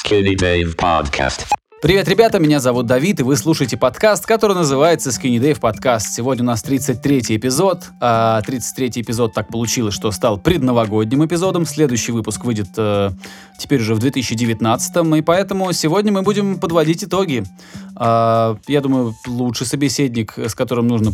Skinny Dave Podcast. Привет, ребята, меня зовут Давид, и вы слушаете подкаст, который называется Skinny Dave Podcast. Сегодня у нас 33-й эпизод, а 33-й эпизод так получилось, что стал предновогодним эпизодом. Следующий выпуск выйдет теперь уже в 2019-м, и поэтому сегодня мы будем подводить итоги. Я думаю, лучший собеседник, с которым нужно...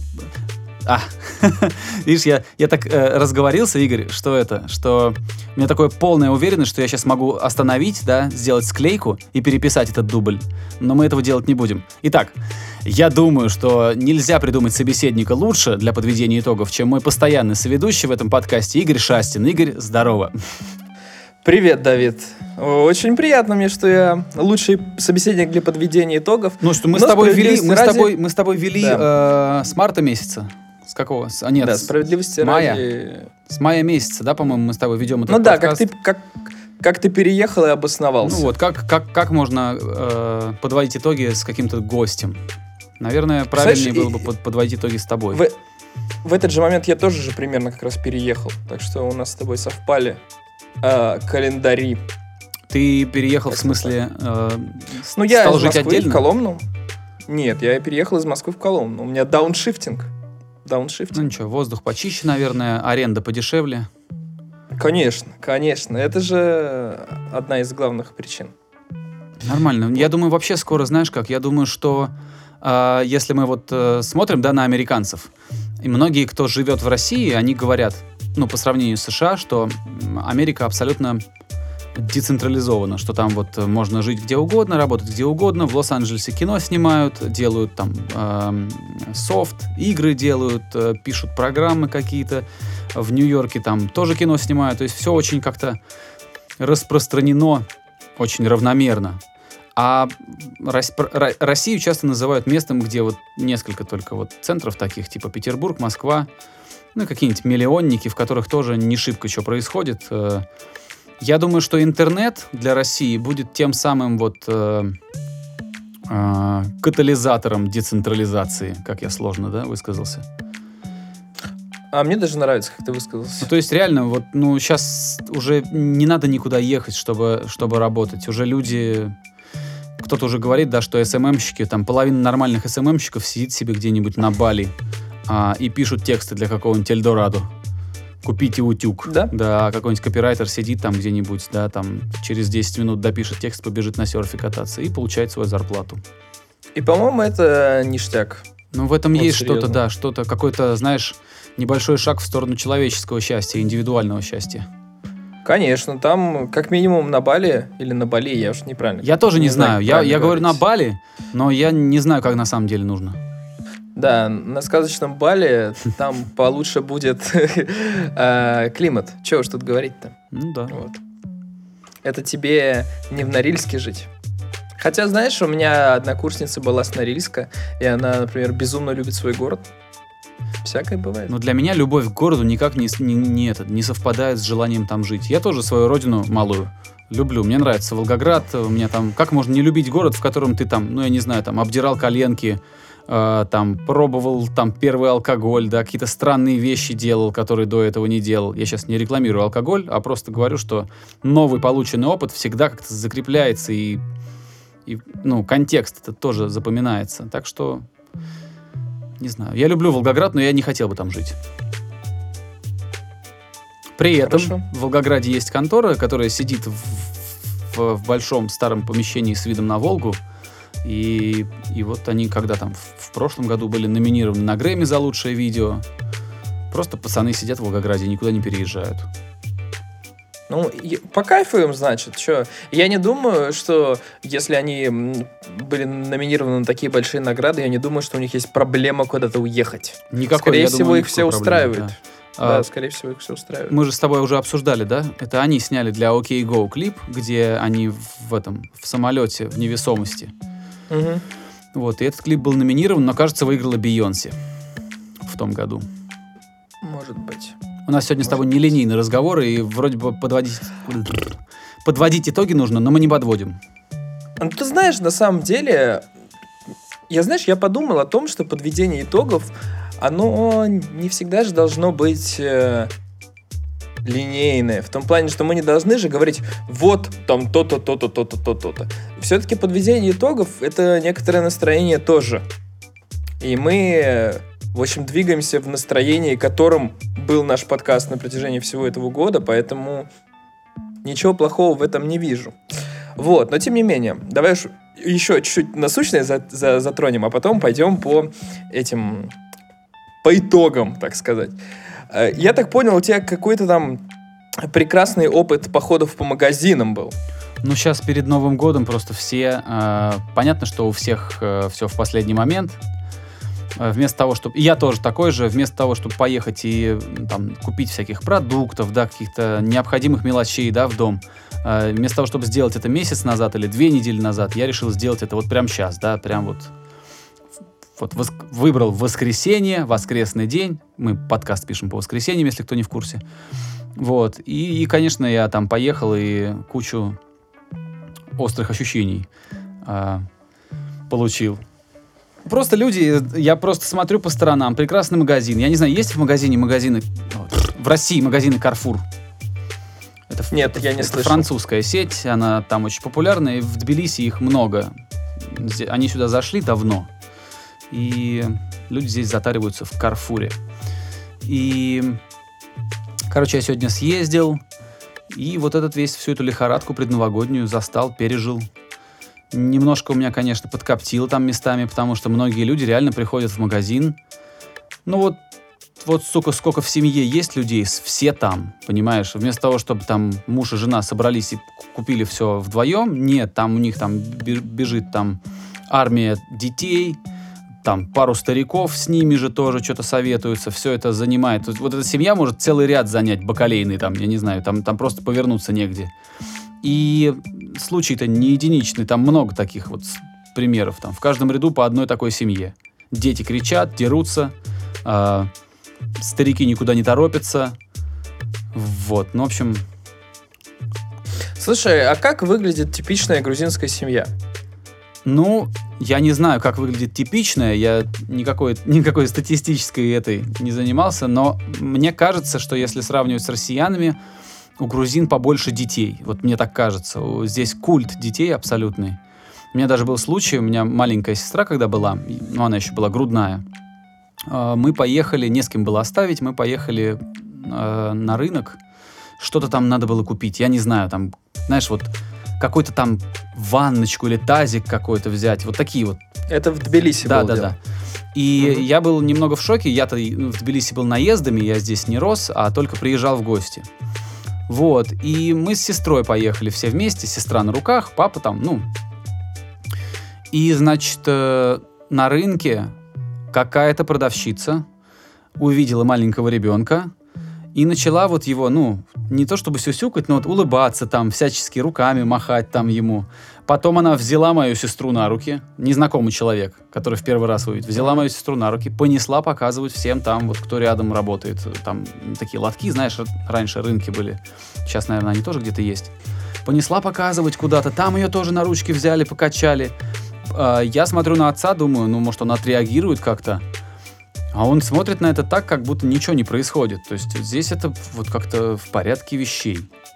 Видишь, я так разговорился, Игорь, что у меня такая полная уверенность, что я сейчас могу остановить, да, сделать склейку и переписать этот дубль, но мы этого делать не будем. Итак, я думаю, что нельзя придумать собеседника лучше для подведения итогов, чем мой постоянный соведущий в этом подкасте Игорь Шастин. Игорь, здорово. Привет, Давид. Очень приятно мне, что я лучший собеседник для подведения итогов. Ну что, мы с тобой вели с марта месяца. С какого? Нет, да, справедливости ради. С мая месяца, да, по-моему, мы с тобой ведем этот подкаст. Ну да, как ты переехал и обосновался. Ну вот, как можно подводить итоги с каким-то гостем? Наверное, правильнее было бы подводить итоги с тобой. В этот же момент я тоже же примерно как раз переехал, так что у нас с тобой совпали календари. Ты переехал, в смысле, я стал из жить Москвы отдельно? в Коломну. Нет, я переехал из Москвы в Коломну. У меня дауншифтинг. Ну ничего, воздух почище, наверное, аренда подешевле. Конечно. Это же одна из главных причин. Нормально. Я думаю, вообще скоро, знаешь как, я думаю, что если мы вот смотрим, да, на американцев, и многие, кто живет в России, они говорят, ну, по сравнению с США, что Америка абсолютно децентрализовано, что там вот можно жить где угодно, работать где угодно. В Лос-Анджелесе кино снимают, делают там софт, игры делают, пишут программы какие-то. В Нью-Йорке там тоже кино снимают. То есть все очень как-то распространено, очень равномерно. А Россию часто называют местом, где вот несколько только вот центров таких, типа Петербург, Москва, ну и какие-нибудь миллионники, в которых тоже не шибко что происходит. Я думаю, что интернет для России будет тем самым вот катализатором децентрализации, как я сложно, да, высказался. А мне даже нравится, как ты высказался. Ну, то есть реально, вот, ну, сейчас уже не надо никуда ехать, чтобы работать. Уже люди... Кто-то уже говорит, да, что СММщики, там половина нормальных СММщиков сидит себе где-нибудь на Бали и пишут тексты для какого-нибудь Эльдорадо. Купите утюг. Да? Да, какой-нибудь копирайтер сидит там где-нибудь, да, там через 10 минут допишет текст, побежит на серфе кататься и получает свою зарплату. И, по-моему, это ништяк. Ну, в этом вот есть серьезно. что-то, да, что-то, какой-то, знаешь, небольшой шаг в сторону человеческого счастья, индивидуального счастья. Конечно, там как минимум на Бали или на Бали, я уж неправильно. Я тоже не знаю. Я говорю на говорить. Бали, но я не знаю, как на самом деле нужно. Да, на сказочном Бали там получше будет климат. Чего уж тут говорить-то? Ну да. Вот. Это тебе не в Норильске жить. Хотя, знаешь, у меня однокурсница была с Норильска, и она, например, безумно любит свой город. Всякое бывает. Но для меня любовь к городу никак не совпадает с желанием там жить. Я тоже свою родину малую люблю. Мне нравится Волгоград. У меня там... Как можно не любить город, в котором ты там, ну, я не знаю, там, обдирал коленки, там, пробовал там первый алкоголь, да, какие-то странные вещи делал, которые до этого не делал. Я сейчас не рекламирую алкоголь, а просто говорю, что новый полученный опыт всегда как-то закрепляется и ну, контекст это тоже запоминается. Так что, не знаю. Я люблю Волгоград, но я не хотел бы там жить. При этом в Волгограде есть контора, которая сидит в большом старом помещении с видом на Волгу. И вот они, когда там в прошлом году были номинированы на Грэмми за лучшее видео, просто пацаны сидят в Волгограде и никуда не переезжают. Ну, по кайфу им, значит, что? Я не думаю, что если они были номинированы на такие большие награды, я не думаю, что у них есть проблема куда-то уехать. Никакой, скорее я всего, думаю, их все устраивает. Да. Да, скорее всего, их все устраивает. Мы же с тобой уже обсуждали, да? Это они сняли для OK Go клип, где они в самолете, в невесомости. Угу. Вот, и этот клип был номинирован, но, кажется, выиграла Бейонсе в том году. Может быть. У нас сегодня с тобой нелинейный разговор, и вроде бы подводить итоги нужно, но мы не подводим. Ну, ты знаешь, на самом деле, я подумал о том, что подведение итогов, оно не всегда же должно быть линейное. В том плане, что мы не должны же говорить, вот там то-то, то-то, то-то, то-то, то-то. Все-таки подведение итогов — это некоторое настроение тоже. И мы, в общем, двигаемся в настроении, которым был наш подкаст на протяжении всего этого года, поэтому ничего плохого в этом не вижу. Вот, но тем не менее, давай еще чуть-чуть насущное затронем, а потом пойдем по итогам, так сказать. Я так понял, у тебя какой-то там прекрасный опыт походов по магазинам был. Ну, сейчас перед Новым годом просто все... понятно, что у всех все в последний момент. Вместо того, чтобы... Я тоже такой же. Вместо того, чтобы поехать и там, купить всяких продуктов, да, каких-то необходимых мелочей, да, в дом, вместо того, чтобы сделать это месяц назад или 2 недели назад, я решил сделать это вот прямо сейчас, да, прям вот выбрал воскресенье, воскресный день. Мы подкаст пишем по воскресеньям, если кто не в курсе. Вот. И, конечно, я там поехал и кучу острых ощущений получил. Просто люди, я просто смотрю по сторонам, прекрасный магазин. Я не знаю, есть в магазины, в России магазины Carrefour? Нет, я не слышал. Французская сеть, она там очень популярна, и в Тбилиси их много. Они сюда зашли давно, и люди здесь затариваются в Карфуре. И, короче, я сегодня съездил, и вот всю эту лихорадку предновогоднюю застал, пережил. Немножко у меня, конечно, подкоптило там местами, потому что многие люди реально приходят в магазин. Ну вот, сука, сколько в семье есть людей, все там, понимаешь? Вместо того, чтобы там муж и жена собрались и купили все вдвоем, нет, там у них там бежит там армия детей, там пару стариков с ними же тоже что-то советуются, все это занимает. Вот эта семья может целый ряд занять, бакалейный там, я не знаю, там просто повернуться негде. И случай-то не единичный, там много таких вот примеров. Там в каждом ряду по одной такой семье. Дети кричат, дерутся, старики никуда не торопятся. Вот, ну, в общем... Слушай, а как выглядит типичная грузинская семья? Ну, я не знаю, как выглядит типичная, я никакой статистической этой не занимался, но мне кажется, что если сравнивать с россиянами, у грузин побольше детей. Вот мне так кажется. Здесь культ детей абсолютный. У меня даже был случай, у меня маленькая сестра, когда была, ну, она еще была грудная, мы поехали, не с кем было оставить, мы поехали на рынок, что-то там надо было купить, я не знаю, там, знаешь, вот какой-то там ванночку или тазик какой-то взять, вот такие вот. Это в Тбилиси было дело. Да. И я был немного в шоке, я-то в Тбилиси был наездами, я здесь не рос, а только приезжал в гости. Вот, и мы с сестрой поехали все вместе, сестра на руках, папа там, ну. И, значит, на рынке какая-то продавщица увидела маленького ребенка и начала вот его, ну, не то чтобы сюсюкать, но вот улыбаться там, всячески руками махать там ему. Потом она взяла мою сестру на руки, незнакомый человек, который в первый раз увидел, взяла мою сестру на руки, понесла показывать всем там, вот кто рядом работает. Там такие лотки, знаешь, раньше рынки были, сейчас, наверное, они тоже где-то есть. Понесла показывать куда-то, там ее тоже на ручки взяли, покачали. Я смотрю на отца, думаю, ну, может, он отреагирует как-то. А он смотрит на это так, как будто ничего не происходит. То есть здесь это вот как-то в порядке вещей.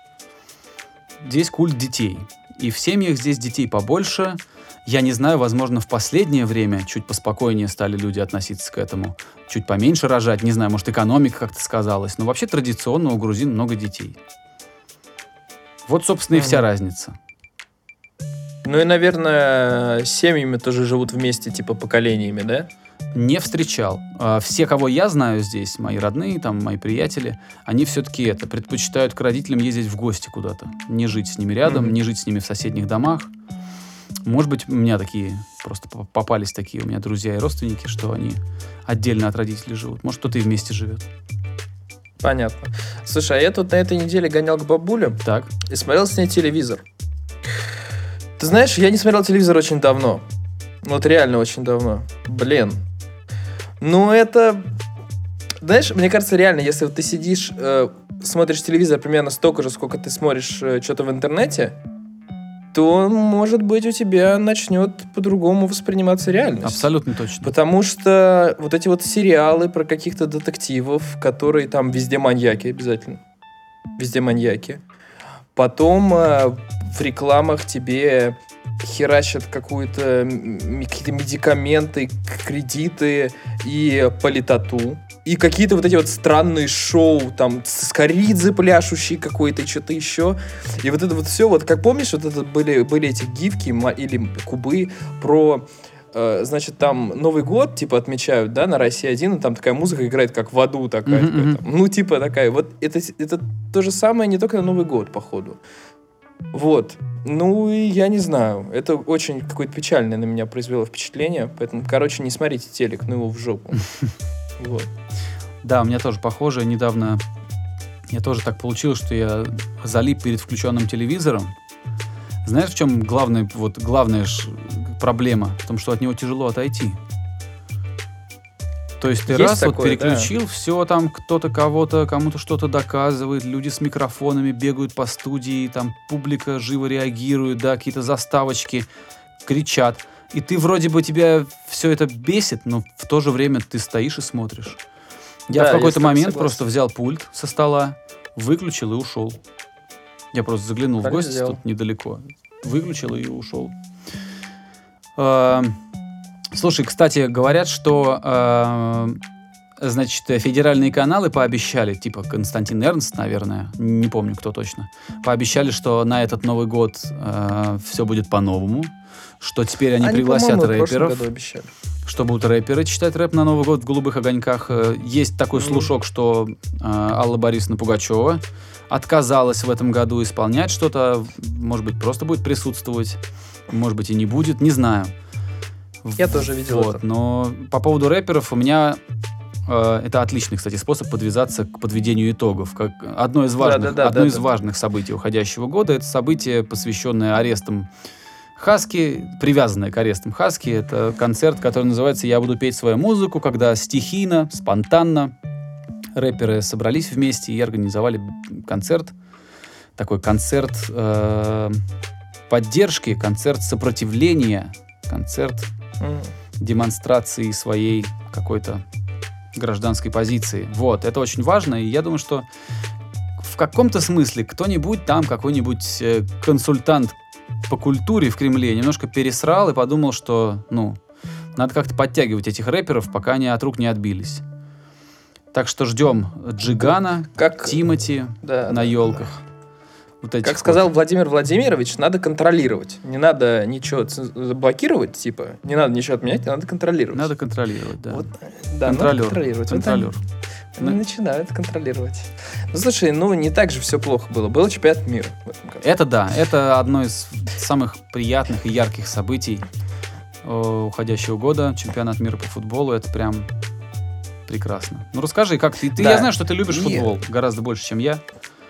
Здесь культ детей. И в семьях здесь детей побольше. Я не знаю, возможно, в последнее время чуть поспокойнее стали люди относиться к этому. Чуть поменьше рожать. Не знаю, может, экономика как-то сказалась. Но вообще традиционно у грузин много детей. Вот, собственно, и вся разница. Ну и, наверное, семьями тоже живут вместе, типа поколениями, да? Не встречал. Все, кого я знаю здесь, мои родные, там, мои приятели, они все-таки предпочитают к родителям ездить в гости куда-то. Не жить с ними рядом, не жить с ними в соседних домах. Может быть, у меня такие, просто попались такие у меня друзья и родственники, что они отдельно от родителей живут. Может, кто-то и вместе живет. Понятно. Слушай, а я тут на этой неделе гонял к бабуле Так. И смотрел с ней телевизор. Ты знаешь, я не смотрел телевизор очень давно. Вот реально очень давно. Блин. Ну, это... Знаешь, мне кажется, реально, если вот ты сидишь, смотришь телевизор примерно столько же, сколько ты смотришь что-то в интернете, то, может быть, у тебя начнет по-другому восприниматься реальность. Абсолютно точно. Потому что вот эти вот сериалы про каких-то детективов, которые там везде маньяки обязательно. везде маньяки. Потом в рекламах тебе херачат какие-то медикаменты, кредиты и политоту. И какие-то вот эти вот странные шоу, там, Скоридзе пляшущий какой-то, и что-то еще. И вот это вот все, вот как помнишь, вот это были эти гифки или кубы про... Значит, там Новый год, типа, отмечают, да, на России-1, и там такая музыка играет, как в аду такая. Ну, типа, такая. Вот это то же самое, не только на Новый год, походу. Вот. Ну, и я не знаю. Это очень какое-то печальное на меня произвело впечатление. Поэтому, короче, не смотрите телек, ну его в жопу. Вот. Да, у меня тоже похоже. Недавно я тоже так получилось, что я залип перед включенным телевизором. Знаешь, в чем главная проблема? В том, что от него тяжело отойти. То есть ты Есть раз такое, вот переключил, все там кто-то кому-то что-то доказывает, люди с микрофонами бегают по студии, там публика живо реагирует, да, какие-то заставочки, кричат. И ты вроде бы тебя все это бесит, но в то же время ты стоишь и смотришь. Я Да, в какой-то я момент согласен. просто взял пульт со стола, выключил и ушел. Я просто заглянул в Правильно гости сделал. тут недалеко, выключил и ушел. Слушай, кстати, говорят, что значит, федеральные каналы пообещали, типа Константин Эрнст, наверное, не помню, кто точно, пообещали, что на этот Новый год все будет по-новому, что теперь они пригласят по-моему, в прошлом рэперов, году обещали. что будут рэперы читать рэп на Новый год в «Голубых огоньках». Есть такой слушок, что Алла Борисовна Пугачева отказалась в этом году исполнять что-то, может быть, просто будет присутствовать, может быть, и не будет, не знаю. Я тоже видел Вот, это. но по поводу рэперов у меня это отличный, кстати, способ подвязаться к подведению итогов. Как одно из важных событий уходящего года — это событие, посвященное арестам Хаски, привязанное к арестам Хаски. Это концерт, который называется «Я буду петь свою музыку», когда стихийно, спонтанно рэперы собрались вместе и организовали концерт. Такой концерт поддержки, концерт сопротивления, концерт демонстрации своей какой-то гражданской позиции. Вот, это очень важно, и я думаю, что в каком-то смысле кто-нибудь там, какой-нибудь консультант по культуре в Кремле немножко пересрал и подумал, что, надо как-то подтягивать этих рэперов, пока они от рук не отбились. Так что ждем Джигана, Тимати на елках. Вот как сказал Владимир Владимирович, надо контролировать. Не надо ничего заблокировать, типа, не надо ничего отменять, надо контролировать. Надо контролировать, да. Вот, да, надо контролировать. Контролер. Вот они начинают контролировать. Ну, слушай, не так же все плохо было. Был чемпионат мира в этом году. Это да, это одно из самых приятных и ярких событий уходящего года. Чемпионат мира по футболу, это прям прекрасно. Ну, расскажи, как ты... Да. Я знаю, что ты любишь футбол гораздо больше, чем я.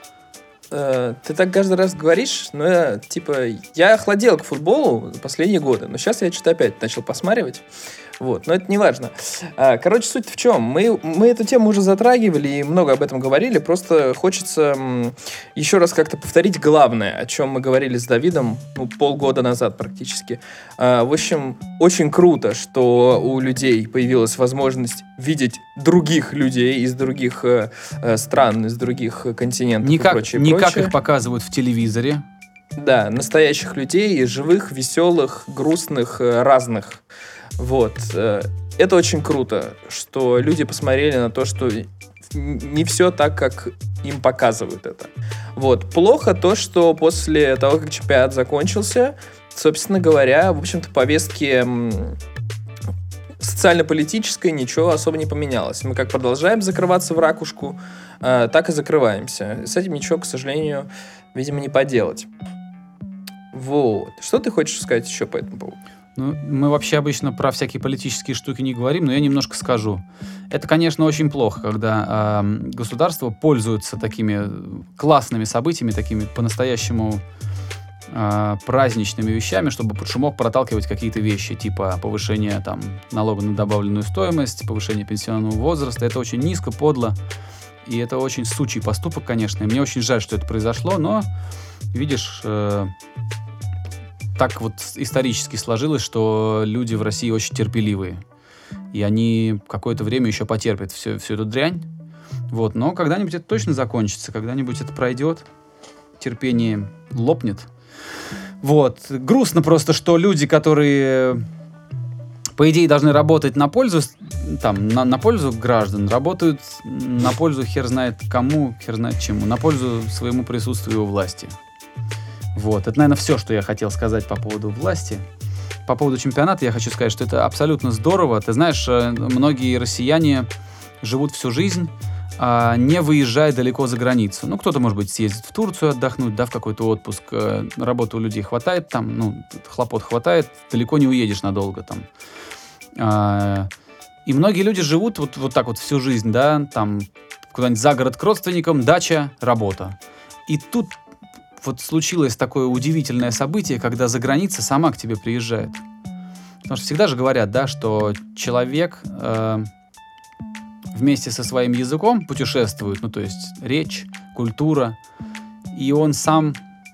Ты так каждый раз говоришь, но я охладел к футболу последние годы, но сейчас я что-то опять начал посматривать. Вот, но это не важно. Короче, суть в чем? Мы эту тему уже затрагивали и много об этом говорили, просто хочется еще раз как-то повторить главное, о чем мы говорили с Давидом полгода назад практически. В общем, очень круто, что у людей появилась возможность видеть других людей из других стран, из других континентов и прочее. Не как их показывают в телевизоре. Да, настоящих людей, живых, веселых, грустных, разных. Вот. Это очень круто, что люди посмотрели на то, что не все так, как им показывают это. Вот. Плохо то, что после того, как чемпионат закончился, собственно говоря, в общем-то, повестки социально-политической ничего особо не поменялось. Мы как продолжаем закрываться в ракушку, так и закрываемся. С этим ничего, к сожалению, видимо, не поделать. Вот. Что ты хочешь сказать еще по этому поводу? Мы вообще обычно про всякие политические штуки не говорим, но я немножко скажу. Это, конечно, очень плохо, когда государство пользуется такими классными событиями, такими по-настоящему праздничными вещами, чтобы под шумок проталкивать какие-то вещи, типа повышения налога на добавленную стоимость, повышения пенсионного возраста. Это очень низко, подло, и это очень сучий поступок, конечно. И мне очень жаль, что это произошло, но, видишь... Так вот исторически сложилось, что люди в России очень терпеливые. И они какое-то время еще потерпят всю эту дрянь. Вот, но когда-нибудь это точно закончится, когда-нибудь это пройдет, терпение лопнет. Вот, грустно просто, что люди, которые, по идее, должны работать на пользу, там, на пользу граждан, работают на пользу хер знает кому, хер знает чему, на пользу своему присутствию у власти. Вот, это, наверное, все, что я хотел сказать по поводу власти. По поводу чемпионата я хочу сказать, что это абсолютно здорово. Ты знаешь, многие россияне живут всю жизнь, не выезжая далеко за границу. Ну, кто-то, может быть, съездит в Турцию отдохнуть, да, в какой-то отпуск. Работы у людей хватает там, ну, хлопот хватает, далеко не уедешь надолго там. И многие люди живут вот так вот всю жизнь, да, там куда-нибудь за город к родственникам, дача, работа. И тут вот случилось такое удивительное событие, когда заграница сама к тебе приезжает. Потому что всегда же говорят, да, что человек вместе со своим языком путешествует, ну, то есть речь, культура, и он сам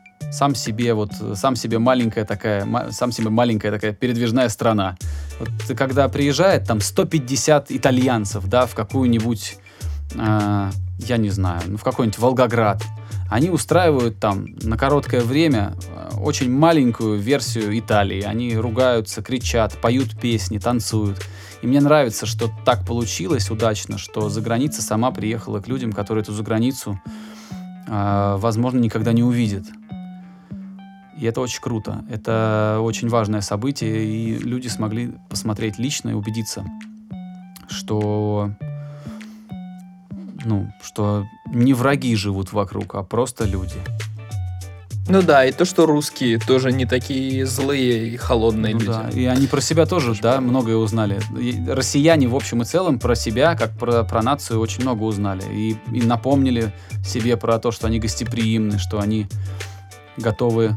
себе маленькая такая передвижная страна. Вот когда приезжает там 150 итальянцев, да, в какую-нибудь, я не знаю, ну, в какой-нибудь Волгоград, они устраивают там на короткое время очень маленькую версию Италии. Они ругаются, кричат, поют песни, танцуют. И мне нравится, что так получилось удачно, что заграница сама приехала к людям, которые эту заграницу, возможно, никогда не увидят. И это очень круто. Это очень важное событие, и люди смогли посмотреть лично и убедиться, что не враги живут вокруг, а просто люди. Ну да, и то, что русские тоже не такие злые и холодные люди. Да, и они про себя тоже, да, многое узнали. И россияне в общем и целом про себя, как про нацию, очень много узнали. И напомнили себе про то, что они гостеприимны, что они готовы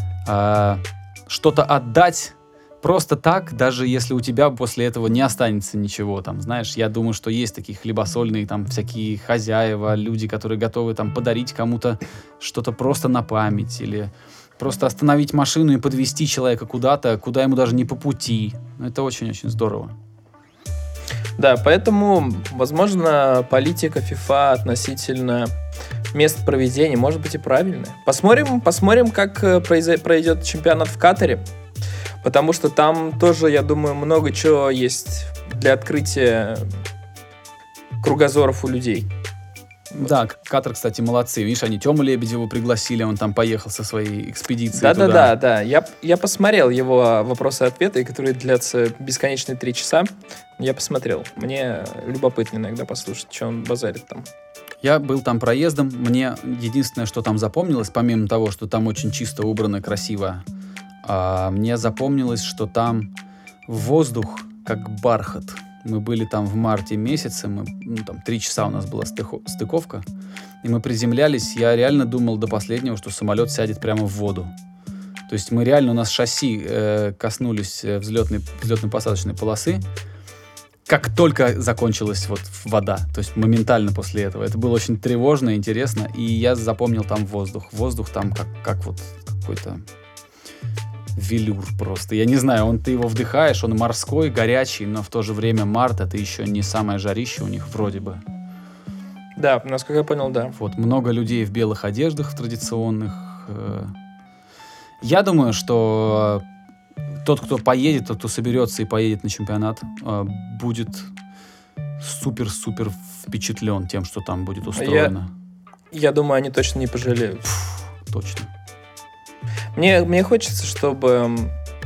что-то отдать просто так, даже если у тебя после этого не останется ничего. Там, знаешь, я думаю, что есть такие хлебосольные там всякие хозяева, люди, которые готовы там подарить кому-то что-то просто на память или просто остановить машину и подвезти человека куда-то, куда ему даже не по пути. Это очень-очень здорово. Да, поэтому, возможно, политика FIFA относительно мест проведения может быть и правильная. Посмотрим, как пройдет чемпионат в Катаре. Потому что там тоже, я думаю, много чего есть для открытия кругозоров у людей. Да, Катар, кстати, молодцы. Видишь, они Тему Лебедеву пригласили, он там поехал со своей экспедицией туда. Да. Я посмотрел его вопросы-ответы, которые длятся бесконечные 3 часа. Я посмотрел. Мне любопытно иногда послушать, что он базарит там. Я был там проездом. Мне единственное, что там запомнилось, помимо того, что там очень чисто, убрано, красиво, мне запомнилось, что там воздух как бархат. Мы были там в марте месяце, там 3 часа у нас была стыковка, и мы приземлялись, я реально думал до последнего, что самолет сядет прямо в воду. То есть мы реально, у нас шасси коснулись взлетно-посадочной полосы, как только закончилась вот вода, то есть моментально после этого. Это было очень тревожно, интересно, и я запомнил там воздух. Воздух там как вот какой-то велюр просто. Я не знаю, ты его вдыхаешь, он морской, горячий, но в то же время март — это еще не самое жарище у них вроде бы. Да, насколько я понял, да. Вот, много людей в белых одеждах, в традиционных. Я думаю, что тот, кто поедет, тот, кто соберется и поедет на чемпионат, будет супер-супер впечатлен тем, что там будет устроено. Я думаю, они точно не пожалеют. Точно. Мне хочется, чтобы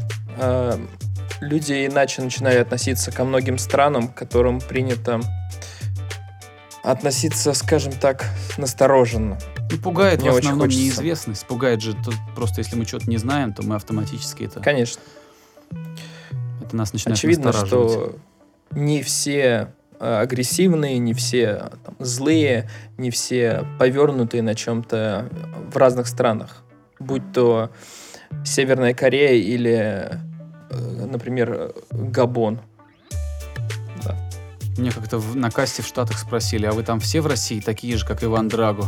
люди иначе начинали относиться ко многим странам, к которым принято относиться, скажем так, настороженно. И пугает Мне в основном очень хочется. неизвестность. Пугает же просто, если мы что-то не знаем, то мы автоматически это... Конечно. Это нас начинает Очевидно, настораживать. что не все агрессивные, не все там, злые, не все повернутые на чем-то в разных странах. Будь то Северная Корея или, например, Габон. Да. Мне как-то на касте в Штатах спросили, а вы там все в России такие же, как Иван Драго?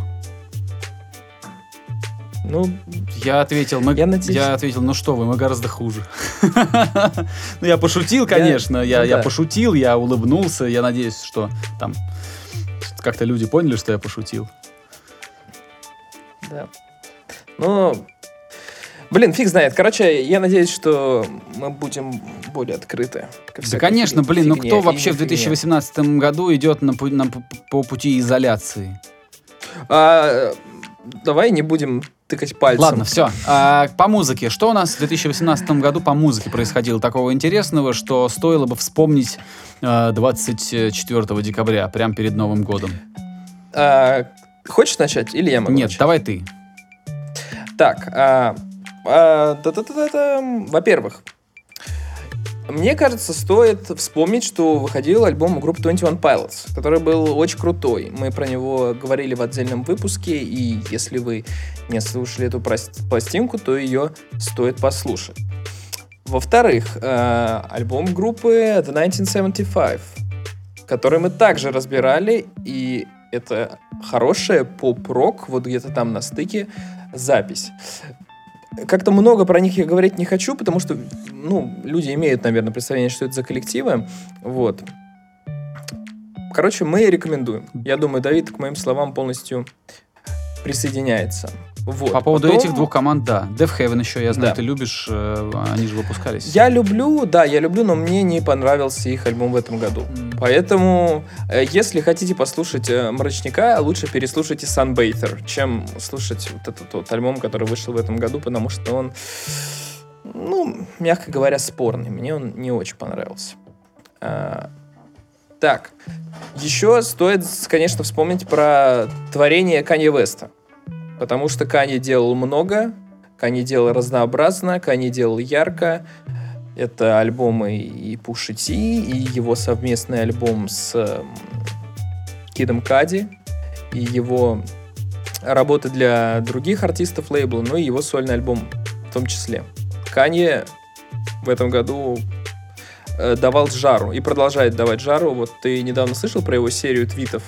Ну, Я ответил, ну что вы, мы гораздо хуже. Ну, я пошутил, конечно, я пошутил, я улыбнулся, я надеюсь, что там как-то люди поняли, что я пошутил. Да. Ну, блин, фиг знает. Короче, я надеюсь, что мы будем более открыты. Да, конечно, блин, ну кто вообще в 2018 году идет по пути изоляции? Давай не будем тыкать пальцем. Ладно, все. По музыке. Что у нас в 2018 году по музыке происходило такого интересного, что стоило бы вспомнить 24 декабря, прямо перед Новым годом? Хочешь начать? Или я могу Нет, начать? давай ты. Так, во-первых, мне кажется, стоит вспомнить, что выходил альбом группы 21 Pilots, который был очень крутой. Мы про него говорили в отдельном выпуске, и если вы не слушали эту пластинку, то ее стоит послушать. Во-вторых, альбом группы The 1975, который мы также разбирали, и это хорошая поп-рок, вот где-то там на стыке запись. Как-то много про них я говорить не хочу, потому что, люди имеют, наверное, представление, что это за коллективы. Вот. Короче, мы рекомендуем. Я думаю, Давид к моим словам полностью присоединяется. Вот. По поводу этих двух команд, да. Death Heaven еще, я знаю, Да. ты любишь, они же выпускались. Я люблю, но мне не понравился их альбом в этом году. Поэтому, если хотите послушать Мрачника, лучше переслушайте Sunbather, чем слушать вот этот вот альбом, который вышел в этом году, потому что он, мягко говоря, спорный. Мне он не очень понравился. Так, еще стоит, конечно, вспомнить про творение Канье Уэста. Потому что Канье делал много, Канье делал разнообразно, Канье делал ярко. Это альбомы и Пуши Ти, и его совместный альбом с Кидом Кади, и его работы для других артистов лейбла, и его сольный альбом в том числе. Канье в этом году давал жару и продолжает давать жару. Вот ты недавно слышал про его серию твитов?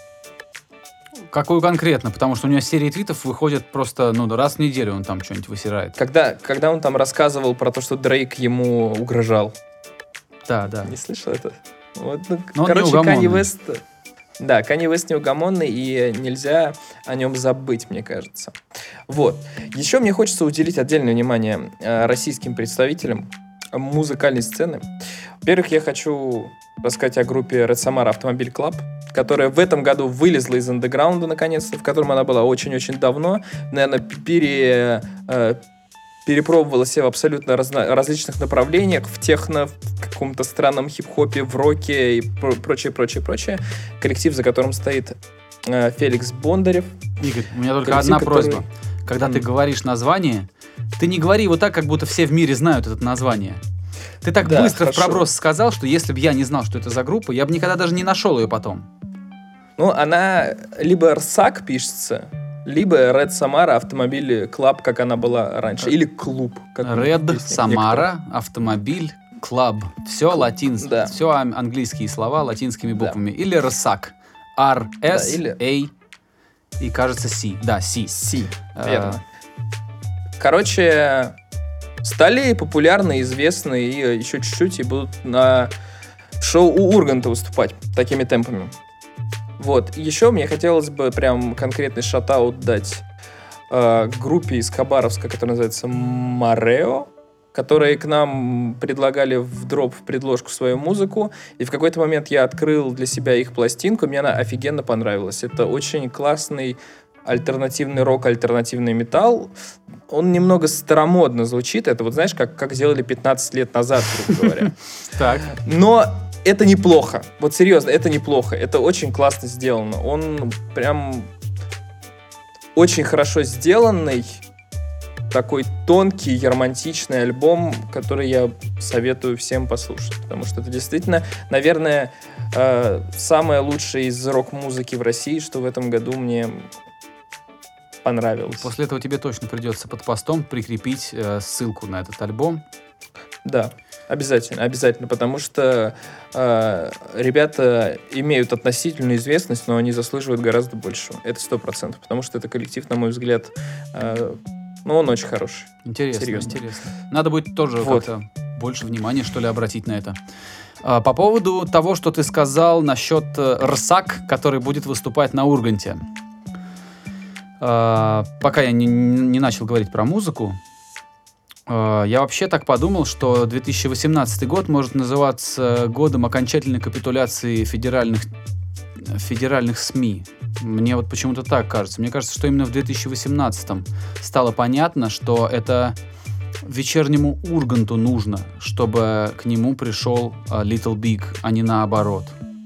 Какую конкретно? Потому что у него серии твитов выходит просто, раз в неделю он там что-нибудь высирает. Когда он там рассказывал про то, что Дрейк ему угрожал. Да. Не слышал это? Вот, Канье Уэст... Да, Канье Уэст неугомонный, и нельзя о нем забыть, мне кажется. Вот. Еще мне хочется уделить отдельное внимание российским представителям музыкальной сцены. Во-первых, я хочу рассказать о группе Red Samara Автомобиль Club, которая в этом году вылезла из андеграунда, наконец-то, в котором она была очень-очень давно. Наверное, перепробовала себя в абсолютно различных направлениях, в техно, в каком-то странном хип-хопе, в роке и прочее. Коллектив, за которым стоит Феликс Бондарев. Игорь, у меня только одна просьба. Когда ты говоришь название, ты не говори его так, как будто все в мире знают это название. Ты так быстро в проброс сказал, что если бы я не знал, что это за группа, я бы никогда даже не нашел ее потом. Она либо РСАК пишется, либо Red Samara Автомобиль Club, как она была раньше, или клуб. Red Samara Автомобиль Club. Все латинское, да. Все английские слова латинскими буквами. Да. Или РСАК. R-S-A и, кажется, C. Да, C. C, верно. Короче, стали популярны, известны, и еще чуть-чуть и будут на шоу у Урганта выступать такими темпами. Вот. Еще мне хотелось бы прям конкретный шатаут дать группе из Хабаровска, которая называется Марео, которые к нам предлагали в дроп, в предложку свою музыку, и в какой-то момент я открыл для себя их пластинку, мне она офигенно понравилась. Это очень классный альтернативный рок, альтернативный металл. Он немного старомодно звучит. Это вот знаешь, как сделали 15 лет назад, грубо говоря. Так. Но это неплохо. Вот серьезно, это неплохо. Это очень классно сделано. Он прям очень хорошо сделанный, такой тонкий, романтичный альбом, который я советую всем послушать. Потому что это действительно, наверное, самое лучшее из рок-музыки в России, что в этом году мне понравилось. После этого тебе точно придется под постом прикрепить ссылку на этот альбом. Да, обязательно, потому что ребята имеют относительную известность, но они заслуживают гораздо больше. Это 100%, потому что это коллектив, на мой взгляд, он очень хороший. Интересно, серьезно. интересно. Надо будет тоже вот. как-то больше внимания, что ли, обратить на это. По поводу того, что ты сказал насчет РСАК, который будет выступать на Урганте. Пока я не начал говорить про музыку, я вообще так подумал, что 2018 год может называться годом окончательной капитуляции федеральных СМИ. Мне вот почему-то так кажется. Мне кажется, что именно в 2018 стало понятно, что это вечернему Урганту нужно, чтобы к нему пришел Little Big, а не наоборот.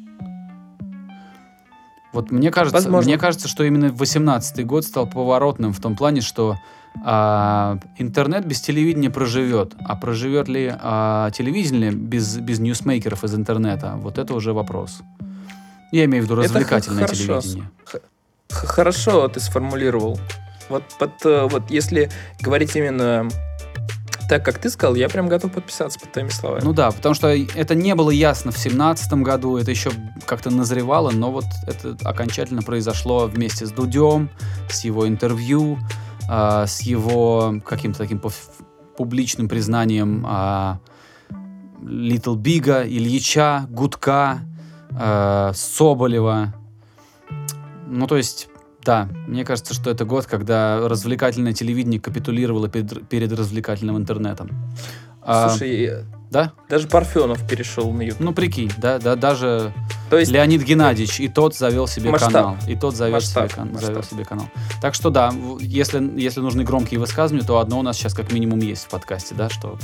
Вот мне кажется, что именно 2018 год стал поворотным в том плане, что интернет без телевидения проживет. А проживет ли телевидение без ньюсмейкеров из интернета? Вот это уже вопрос. Я имею в виду развлекательное телевидение. Хорошо ты сформулировал. Вот если говорить именно так, как ты сказал, я прям готов подписаться под твоими словами. Ну да, потому что это не было ясно в 2017 году, это еще как-то назревало, но вот это окончательно произошло вместе с Дудем, с его интервью, с его каким-то таким публичным признанием Little Big'а, Ильича, Гудка, Соболева. Ну, то есть, да, мне кажется, что это год, когда развлекательное телевидение капитулировало перед развлекательным интернетом. Слушай, да? Даже Парфенов перешел на YouTube. Ну, прикинь, да, даже то есть, Леонид Геннадьевич, и тот завел себе канал. И тот завел себе канал. Так что да, если нужны громкие высказывания, то одно у нас сейчас как минимум есть в подкасте, да, что вот.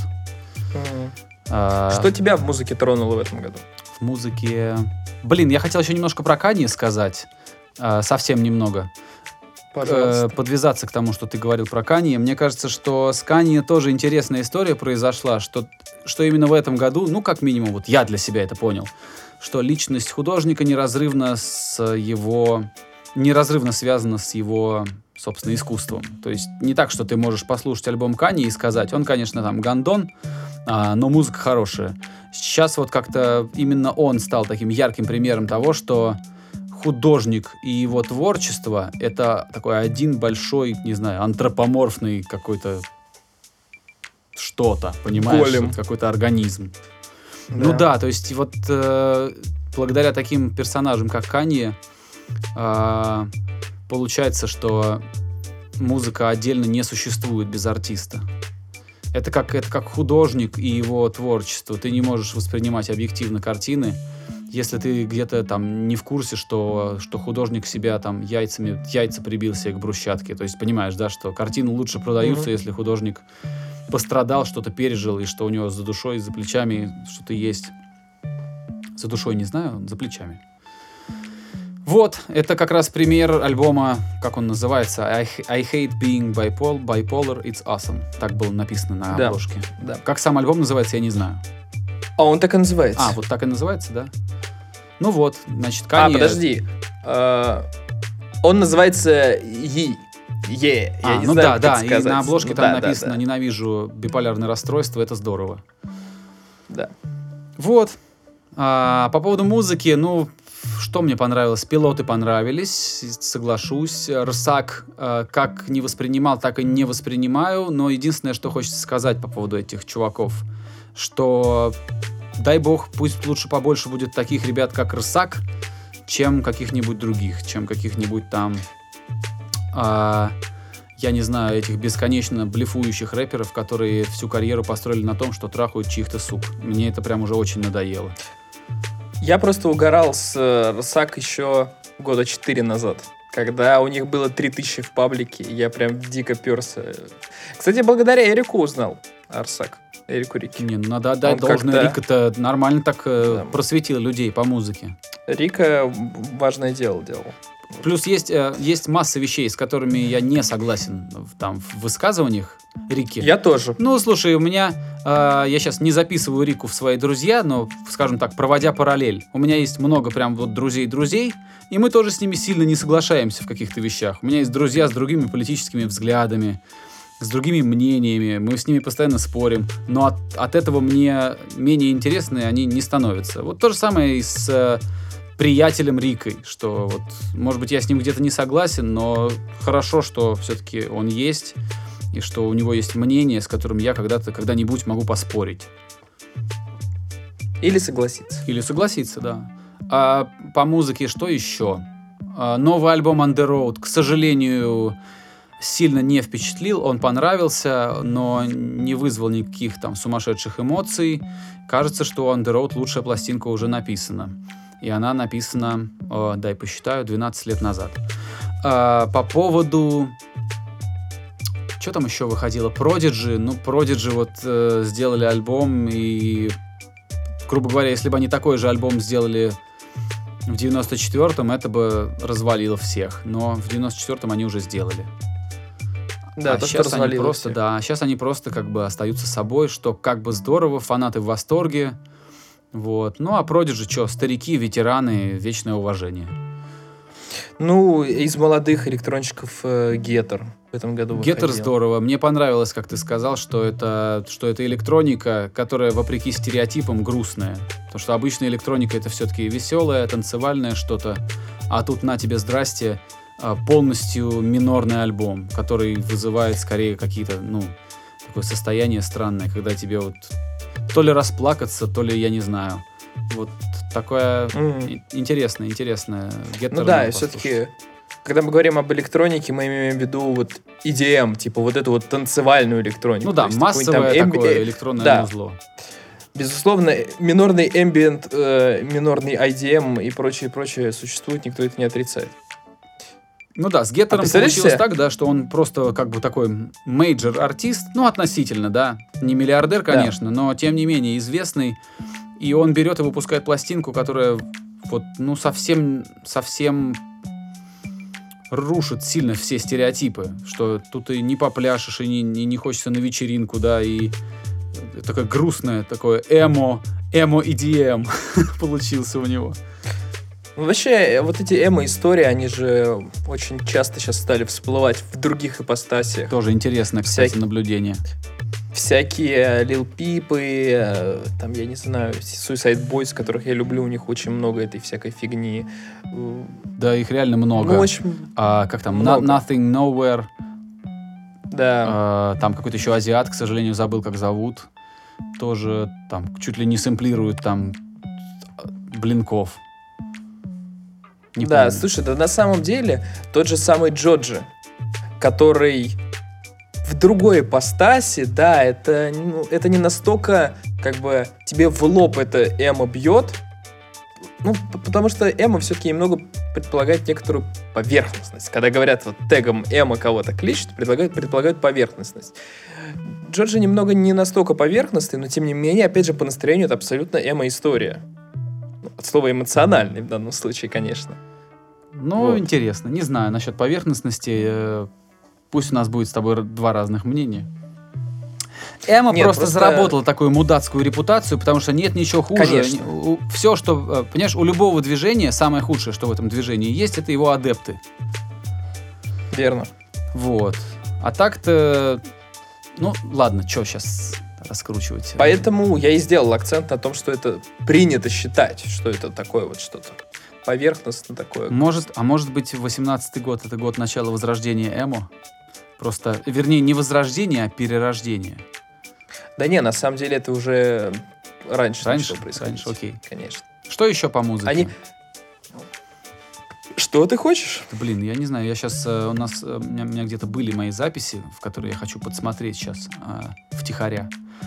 Что тебя в музыке тронуло в этом году? В музыке... Блин, я хотел еще немножко про Канье сказать. Совсем немного. Пожалуйста. Подвязаться к тому, что ты говорил про Канье. Мне кажется, что с Канье тоже интересная история произошла, что именно в этом году, ну, как минимум, вот я для себя это понял, что личность художника неразрывно связана с его, собственно, искусством. То есть не так, что ты можешь послушать альбом Канье и сказать, он, конечно, там гандон, но музыка хорошая. Сейчас вот как-то именно он стал таким ярким примером того, что художник и его творчество — это такой один большой, не знаю, антропоморфный какой-то что-то, понимаешь? Голем. Какой-то организм. Да. Ну да, то есть вот благодаря таким персонажам, как Канье, получается, что музыка отдельно не существует без артиста. Это как художник и его творчество. Ты не можешь воспринимать объективно картины, если ты где-то там не в курсе, что художник себя там яйца прибил себе к брусчатке. То есть понимаешь, да, что картины лучше продаются, если художник пострадал, что-то пережил, и что у него за душой, за плечами что-то есть. За душой не знаю, за плечами. Вот, это как раз пример альбома, как он называется, I Hate Being Bipolar, It's Awesome. Так было написано на обложке. Да. Как сам альбом называется, я не знаю. А он так и называется. Вот так и называется, да? Ну вот, значит, Канье... подожди. Он называется Я не ну знаю, да, как сказать. И на обложке там написано да. «Ненавижу биполярное расстройство», это здорово. Да. Вот. По поводу музыки, ну, что мне понравилось? Пилоты понравились, соглашусь. РСАК как не воспринимал, так и не воспринимаю. Но единственное, что хочется сказать по поводу этих чуваков, что, дай бог, пусть лучше побольше будет таких ребят, как РСАК, чем каких-нибудь других, чем каких-нибудь там, я не знаю, этих бесконечно блефующих рэперов, которые всю карьеру построили на том, что трахают чьих-то сук. Мне это прям уже очень надоело. Я просто угорал с РСАК еще года 4 назад, когда у них было 3000 в паблике, я прям дико перся. Кстати, благодаря Эрику узнал РСАК. Эрику Рике. Не, ну надо отдать должное. Рика-то нормально так просветил людей по музыке. Рика важное дело делал. Плюс есть масса вещей, с которыми я не согласен там в высказываниях Рики. Я тоже. Ну, слушай, у меня... я сейчас не записываю Рику в свои друзья, но, скажем так, проводя параллель. У меня есть много прям вот друзей, и мы тоже с ними сильно не соглашаемся в каких-то вещах. У меня есть друзья с другими политическими взглядами, с другими мнениями, мы с ними постоянно спорим, но от этого мне менее интересны они не становятся. Вот то же самое и с приятелем Рикой, что вот, может быть, я с ним где-то не согласен, но хорошо, что все-таки он есть, и что у него есть мнение, с которым я когда-нибудь могу поспорить. Или согласиться. Или согласиться, да. А по музыке что еще? Новый альбом On The Road, к сожалению, сильно не впечатлил. Он понравился, но не вызвал никаких там сумасшедших эмоций. Кажется, что On The Road лучшая пластинка уже написана. И она написана, дай посчитаю, 12 лет назад. По поводу... Что там еще выходило? Prodigy. Ну, Prodigy вот сделали альбом, и, грубо говоря, если бы они такой же альбом сделали в 94-м, это бы развалило всех. Но в 94-м они уже сделали. Да, то, что развалило просто, всех. да, сейчас они просто как бы остаются собой, что как бы здорово, фанаты в восторге. Вот. Ну, а Prodigy, что, старики, ветераны, вечное уважение. Ну, из молодых электронщиков Getter в этом году Getter выходил. здорово. Мне понравилось, как ты сказал, что это электроника, которая, вопреки стереотипам, грустная. Потому что обычная электроника — это все-таки веселое, танцевальное что-то. А тут на тебе, здрасте, полностью минорный альбом, который вызывает скорее какие-то, ну, такое состояние странное, когда тебе вот то ли расплакаться, то ли, я не знаю. Вот такое интересное. Getter Ну да, и послушать. все-таки, когда мы говорим об электронике, мы имеем в виду вот EDM, типа вот эту вот танцевальную электронику. Ну да, То есть массовое какой-нибудь там такое электронное да. музло. Безусловно, минорный ambient, минорный IDM и прочее существует, никто это не отрицает. Ну да, с Геттером представляешь получилось себе? так, да, что он просто как бы такой мейджор-артист, ну, относительно, да, не миллиардер, конечно, но тем не менее известный, и он берет и выпускает пластинку, которая вот, ну, совсем рушит сильно все стереотипы, что тут и не попляшешь, и не хочется на вечеринку, да, и такое грустное, такое эмо-EDM получился у него. Ну, вообще, вот эти эмо-истории, они же очень часто сейчас стали всплывать в других ипостасиях. Тоже интересное, кстати, наблюдение. Всякие Lil Peep'ы, там, я не знаю, Suicide Boys, которых я люблю, у них очень много этой всякой фигни. Да, их реально много. Ну, очень как там, много. Nothing Nowhere. Да. Там какой-то еще азиат, к сожалению, забыл, как зовут. Тоже там чуть ли не сэмплируют там блинков. Не Да, помню. слушай, да на самом деле тот же самый Джоджи, который в другой ипостаси, да, это не настолько, как бы, тебе в лоб это эмо бьет, ну, потому что эмо все-таки немного предполагает некоторую поверхностность. Когда говорят вот тегом эмо кого-то кличут, предполагают поверхностность. Джоджи немного не настолько поверхностный, но тем не менее, опять же, по настроению это абсолютно эмо-история. От слова эмоциональный в данном случае, конечно. Ну, Вот. интересно. Не знаю насчет поверхностности. Пусть у нас будет с тобой два разных мнения. Эмо Нет, просто просто- заработала такую мудацкую репутацию, потому что нет ничего хуже. Конечно. Все, что... Понимаешь, у любого движения самое худшее, что в этом движении есть, это его адепты. Верно. Вот. А так-то... Ну, ладно, что сейчас раскручивать? Поэтому я и сделал акцент на том, что это принято считать, что это такое вот что-то поверхностно такое. Может быть, 18-й год — это год начала возрождения эмо? Просто, вернее, не возрождения, а перерождения. Да не, на самом деле это уже раньше Раньше? начало происходить. Раньше, окей. Конечно. Что еще по музыке? Что ты хочешь? Блин, я не знаю, я сейчас... у меня где-то были мои записи, в которые я хочу подсмотреть сейчас втихаря.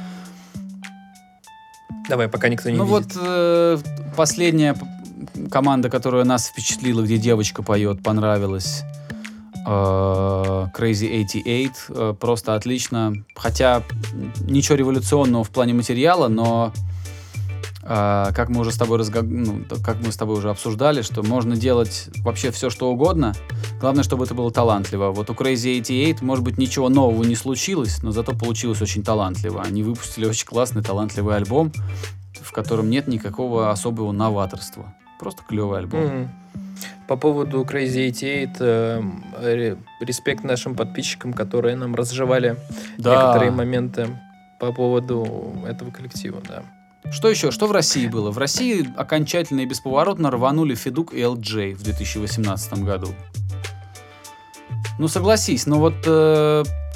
Давай, пока никто не Ну видит. вот последняя команда, которая нас впечатлила, где девочка поет, понравилась. Crazy 88. Просто отлично. Хотя ничего революционного в плане материала, но как мы с тобой уже обсуждали, что можно делать вообще все, что угодно. Главное, чтобы это было талантливо. Вот у Crazy 88, может быть, ничего нового не случилось, но зато получилось очень талантливо. Они выпустили очень классный, талантливый альбом, в котором нет никакого особого новаторства. Просто клевый альбом. По поводу Crazy 88, респект нашим подписчикам, которые нам разжевали некоторые моменты по поводу этого коллектива, да. Что еще? Что в России было? В России окончательно и бесповоротно рванули Федук и LJ в 2018 году. Ну, согласись, но вот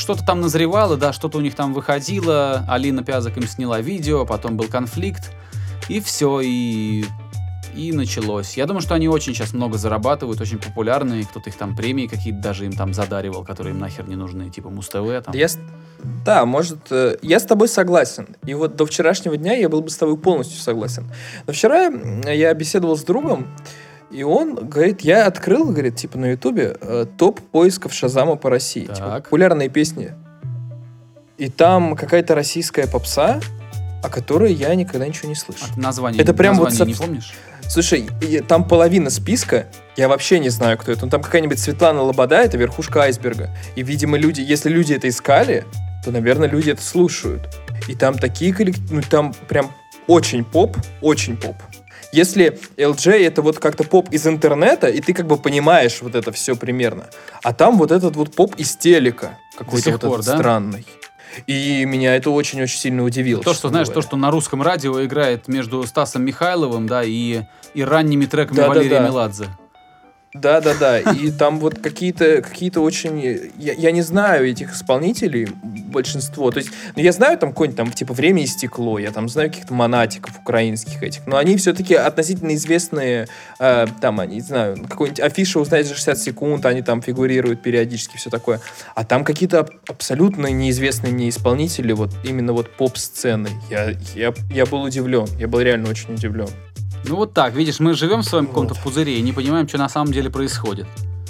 что-то там назревало, да, что-то у них там выходило, Алина Пязок им сняла видео, потом был конфликт, и все, и началось. Я думаю, что они очень сейчас много зарабатывают, очень популярны, и кто-то их там премии какие-то даже им там задаривал, которые им нахер не нужны, типа Муз-ТВ там. Да, может, я с тобой согласен. И вот до вчерашнего дня я был бы с тобой полностью согласен. Но вчера я беседовал с другом, и он говорит, я открыл, говорит, типа на Ютубе топ поисков Шазама по России. Типа, популярные песни. И там какая-то российская попса, о которой я никогда ничего не слышал. Название, это прям вот не помнишь? Слушай, там половина списка, я вообще не знаю, кто это. Ну, там какая-нибудь Светлана Лобода, это верхушка айсберга. И, видимо, если люди это искали, то, наверное, люди это слушают. И там такие коллективы, там прям очень поп. Если LJ это вот как-то поп из интернета, и ты как бы понимаешь вот это все примерно. А там вот этот вот поп из телека, какой-то вот этот странный. И меня это очень-очень сильно удивило. То, что, знаешь, то, что на русском радио играет между Стасом Михайловым, да, и ранними треками Валерия Меладзе. Да. И там вот какие-то очень... Я не знаю этих исполнителей, большинство. То есть, я знаю там какой-нибудь там, типа, «Время и стекло», я там знаю каких-то монатиков украинских этих, но они все-таки относительно известные, там, не знаю, какой-нибудь афиша «Узнать за 60 секунд», они там фигурируют периодически, все такое. А там какие-то абсолютно неизвестные мне исполнители, вот именно вот поп-сцены. Я был удивлен, я был реально очень удивлен. Ну вот так, видишь, мы живем в своем каком-то пузыре и не понимаем, что на самом деле происходит.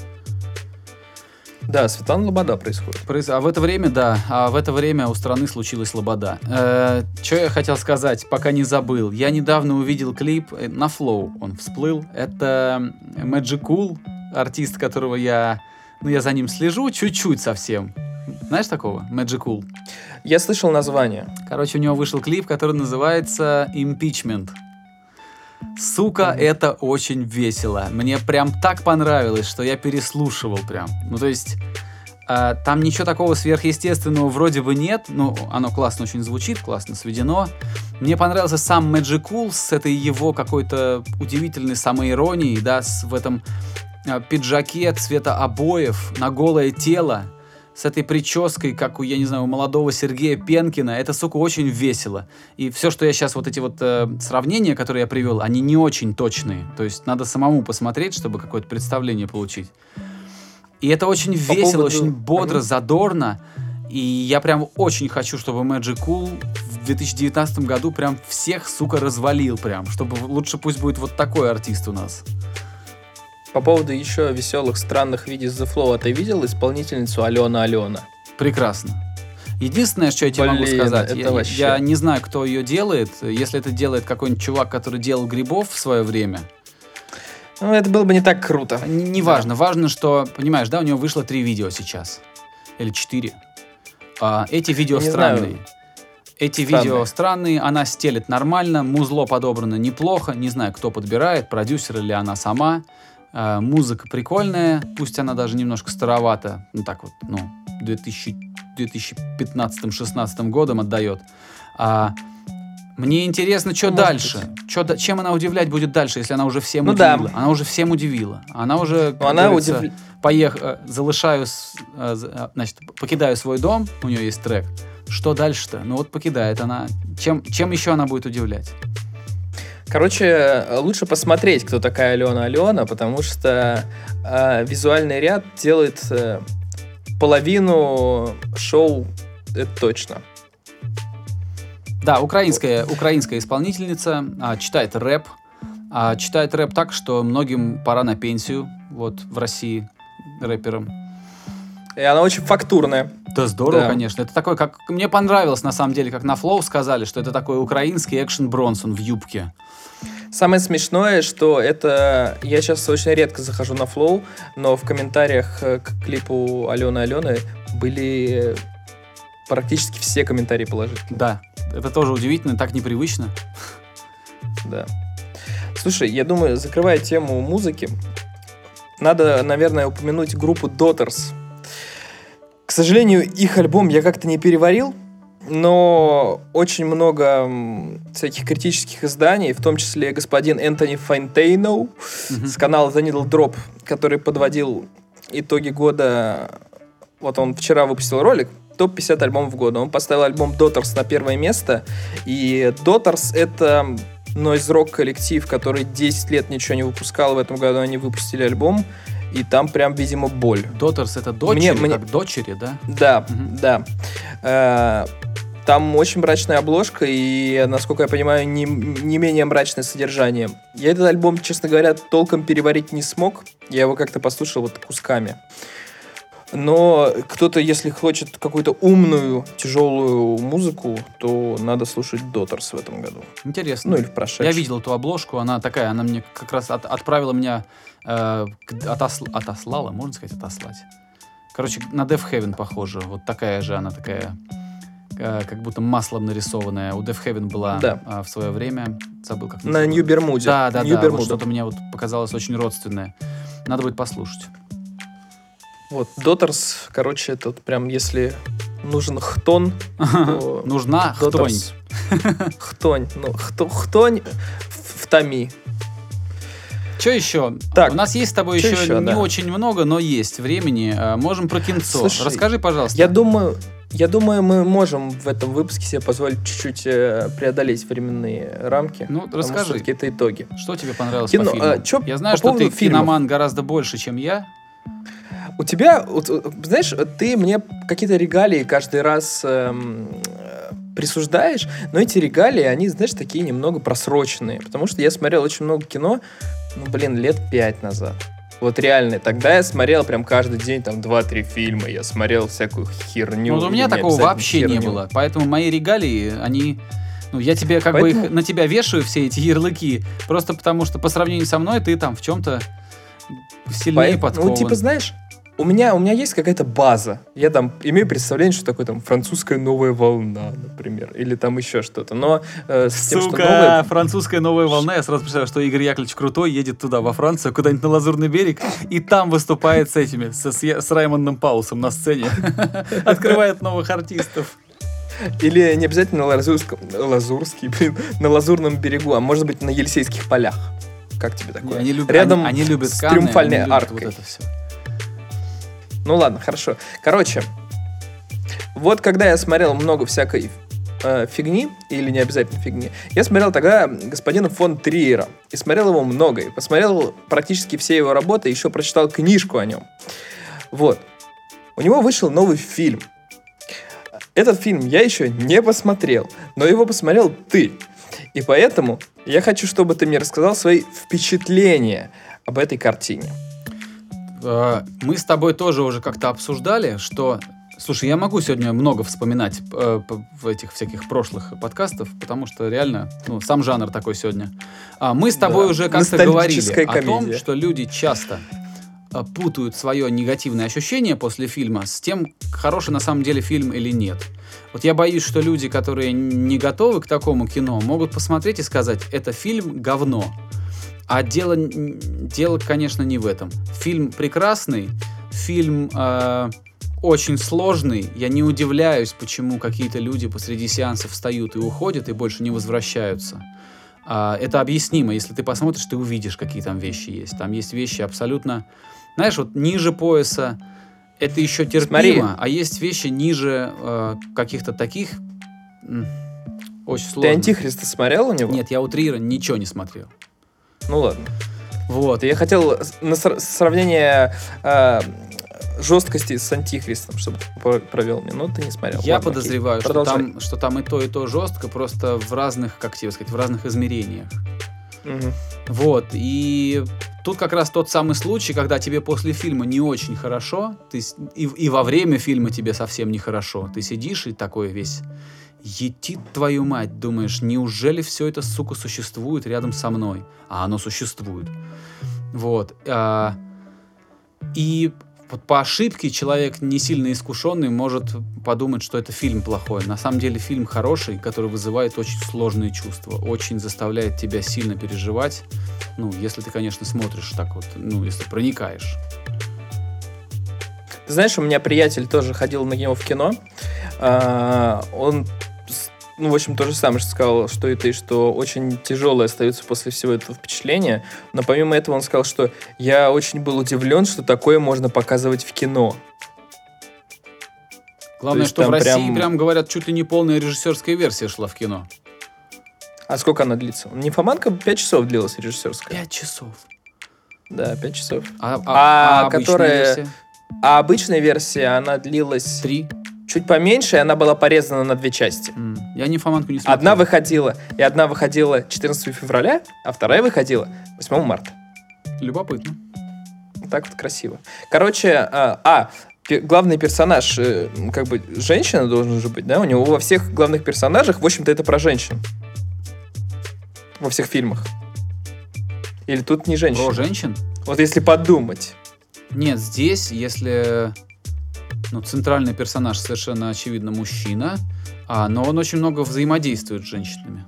Да, Светлана Лобода происходит. А в это время у страны случилась Лобода. Что я хотел сказать, пока не забыл. Я недавно увидел клип на Flow, он всплыл. Это Magic Cool, артист, которого я за ним слежу, чуть-чуть совсем. Знаешь такого? Magic Cool. Я слышал название. Короче, у него вышел клип, который называется Impeachment. Сука, это очень весело. Мне прям так понравилось, что я переслушивал прям. Ну, то есть, там ничего такого сверхъестественного вроде бы нет. Ну, оно классно очень звучит, классно сведено. Мне понравился сам Magic Cool с этой его какой-то удивительной самоиронией, да, в этом пиджаке цвета обоев на голое тело. С этой прической, как у, я не знаю, у молодого Сергея Пенкина, это, сука, очень весело. И все, что я сейчас, вот эти вот сравнения, которые я привел, они не очень точные. То есть надо самому посмотреть, чтобы какое-то представление получить. И это очень весело, очень бодро, задорно. И я прям очень хочу, чтобы Magic Cool в 2019 году прям всех, сука, развалил прям. Чтобы лучше пусть будет вот такой артист у нас. По поводу еще веселых, странных видео с The Flow, ты видел исполнительницу Алена? Прекрасно. Единственное, что я тебе могу сказать, я не знаю, кто ее делает. Если это делает какой-нибудь чувак, который делал Грибов в свое время. Ну, это было бы не так круто. Не важно. Важно, что, понимаешь, да, у нее вышло 3 видео сейчас. Или 4. Эти видео странные. Видео странные, она стелит нормально, музло подобрано неплохо. Не знаю, кто подбирает, продюсер или она сама. Музыка прикольная, пусть она даже немножко старовата, ну так вот, 2015-16 годом отдает. Мне интересно, что дальше? Чем она удивлять будет дальше, если она уже всем удивила? Да. Она уже всем удивила. Она уже, покидаю свой дом, у нее есть трек. Что дальше-то? Ну вот покидает она. Чем еще она будет удивлять? Короче, лучше посмотреть, кто такая Алена, потому что визуальный ряд делает половину шоу, это точно. Да, украинская исполнительница, читает рэп. Читает рэп так, что многим пора на пенсию, вот, в России, рэперам. И она очень фактурная. Да, здорово, да. Конечно. Это такой, как... Мне понравилось, на самом деле, как на Flow сказали, что это такой украинский экшен Бронсон в юбке. Самое смешное, что это... Я сейчас очень редко захожу на Flow, но в комментариях к клипу Алены были практически все комментарии положительные. Да, это тоже удивительно, так непривычно. Да. Слушай, я думаю, закрывая тему музыки, надо, наверное, упомянуть группу Daughters. К сожалению, их альбом я как-то не переварил, но очень много всяких критических изданий, в том числе господин Энтони Фонтейно с канала The Needle Drop, который подводил итоги года. Вот он вчера выпустил ролик, топ-50 альбомов года. Он поставил альбом Daughters на первое место. И Daughters — это нойз-рок коллектив, который 10 лет ничего не выпускал. В этом году они выпустили альбом. И там прям, видимо, боль. Daughters — это дочери, как дочери, да? Да, да. Там очень мрачная обложка и, насколько я понимаю, не менее мрачное содержание. Я этот альбом, честно говоря, толком переварить не смог. Я его как-то послушал вот кусками. Но кто-то, если хочет какую-то умную, тяжелую музыку, то надо слушать Daughters в этом году. Интересно. Ну или в прошедшем. Я видел эту обложку, она такая, она мне как раз отправила меня, отослала, можно сказать, отослать. Короче, на Death Heaven похоже. Вот такая же она, такая, как будто маслом нарисованная. У Death Heaven была в свое время, забыл как на Нью Бермуде. Да, вот что-то мне вот показалось очень родственное. Надо будет послушать. Вот, Daughters, короче, тут прям, если нужен хтон, то... Нужна хтонь. Хтонь. Ну, хтонь в томи. Что еще? Так, у нас есть с тобой еще не очень много, но есть времени. Можем про кинцо. Слушай, расскажи, пожалуйста. Я думаю, мы можем в этом выпуске себе позволить чуть-чуть преодолеть временные рамки. Ну, расскажи. Какие-то итоги. Что тебе понравилось по фильму? Я знаю, что ты киноман гораздо больше, чем я. У тебя, знаешь, ты мне какие-то регалии каждый раз присуждаешь, но эти регалии, они, знаешь, такие немного просроченные, потому что я смотрел очень много кино, лет 5 назад. Вот реально, тогда я смотрел прям каждый день, там, 2-3 фильма, я смотрел всякую херню. Ну, у меня такого вообще не было, поэтому мои регалии, они... Ну, я тебе их на тебя вешаю, все эти ярлыки, просто потому что по сравнению со мной ты там в чем-то сильнее подкован. Ну, типа, знаешь... У меня есть какая-то база. Я там имею представление, что такое там французская новая волна, например, или там еще что-то. Но с тем, что новая... французская новая волна, я сразу представляю, что Игорь Яковлевич Крутой едет туда, во Францию, куда-нибудь на Лазурный берег, и там выступает с Раймондом Паулсом на сцене. Открывает новых артистов. Или не обязательно на Лазурном берегу, а может быть на Елисейских полях. Как тебе такое? Они любят с Канны, Триумфальной они аркой. Вот это все. Ну ладно, хорошо. Короче, вот когда я смотрел много всякой фигни, или не обязательно фигни, я смотрел тогда господина фон Триера. И смотрел его много. И посмотрел практически все его работы, еще прочитал книжку о нем. Вот. У него вышел новый фильм. Этот фильм я еще не посмотрел, но его посмотрел ты. И поэтому я хочу, чтобы ты мне рассказал свои впечатления об этой картине. Мы с тобой тоже уже как-то обсуждали, что... Слушай, я могу сегодня много вспоминать в этих всяких прошлых подкастах, потому что реально, сам жанр такой сегодня. Мы с тобой уже как-то говорили о том, что люди часто путают свое негативное ощущение после фильма с тем, хороший на самом деле фильм или нет. Вот я боюсь, что люди, которые не готовы к такому кино, могут посмотреть и сказать, это фильм говно. А дело, конечно, не в этом. Фильм прекрасный, фильм очень сложный. Я не удивляюсь, почему какие-то люди посреди сеансов встают и уходят, и больше не возвращаются. Это объяснимо. Если ты посмотришь, ты увидишь, какие там вещи есть. Там есть вещи абсолютно... Знаешь, вот ниже пояса это еще терпимо, Смотри. А есть вещи ниже каких-то таких... Очень сложно. Ты «Антихриста» смотрел у него? Нет, я у Триера ничего не смотрел. Ну ладно. Вот. Я хотел на сравнение жесткости с «Антихристом», чтобы ты провел мне, но ты не смотрел. Я ладно, подозреваю, окей. что там и то жестко, просто в разных, как тебе сказать, в разных измерениях. Угу. Вот, и тут как раз тот самый случай, когда тебе после фильма не очень хорошо, и во время фильма тебе совсем нехорошо. Ты сидишь и такой весь... Етит твою мать, думаешь, неужели все это, сука, существует рядом со мной? А оно существует. Вот. И вот по ошибке человек не сильно искушенный может подумать, что это фильм плохой. На самом деле фильм хороший, который вызывает очень сложные чувства, очень заставляет тебя сильно переживать. Ну, если ты, конечно, смотришь так вот, если проникаешь. Ты знаешь, у меня приятель тоже ходил на него в кино. Он, в общем, то же самое, что сказал, что и ты, что очень тяжелое остается после всего этого впечатления. Но помимо этого он сказал, что я очень был удивлен, что такое можно показывать в кино. Главное, есть что в там России прям говорят, чуть ли не полная режиссерская версия шла в кино. А сколько она длится? «Нимфоманка» 5 часов длилась режиссерская. 5 часов. Да, 5 часов. А обычная которая... версия? А обычная версия, она длилась 3. чуть поменьше, и она была порезана на 2 части. Я «Нимфоманку» не смотрел. Одна выходила 14 февраля, а вторая выходила 8 марта. Любопытно. Так вот красиво. Короче, главный персонаж, как бы, женщина должен же быть, да? У него во всех главных персонажах, в общем-то, это про женщин. Во всех фильмах. Или тут не женщина? Про женщин? Вот если подумать. Нет, здесь, если... центральный персонаж совершенно очевидно мужчина, но он очень много взаимодействует с женщинами.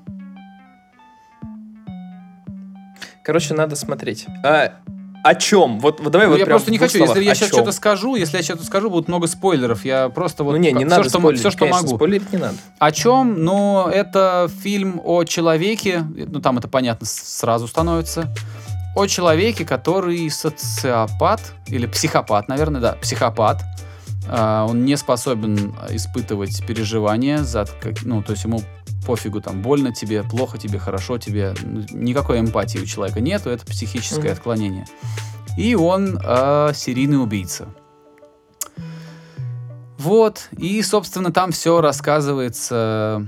Короче, надо смотреть. О чем? Вот давай вот я прям просто не в двух хочу. словах. Если я О сейчас чем? что-то скажу, будет много спойлеров. Я просто вот... не надо спойлерить, все, что конечно, могу. спойлерить не надо. О чем? Это фильм о человеке, там это понятно сразу становится, о человеке, который социопат, или психопат, наверное, да, психопат. Он не способен испытывать переживания, то есть ему пофигу, там, больно тебе, плохо тебе, хорошо тебе, никакой эмпатии у человека нету, это психическое отклонение. И он серийный убийца. Вот, и, собственно, там все рассказывается...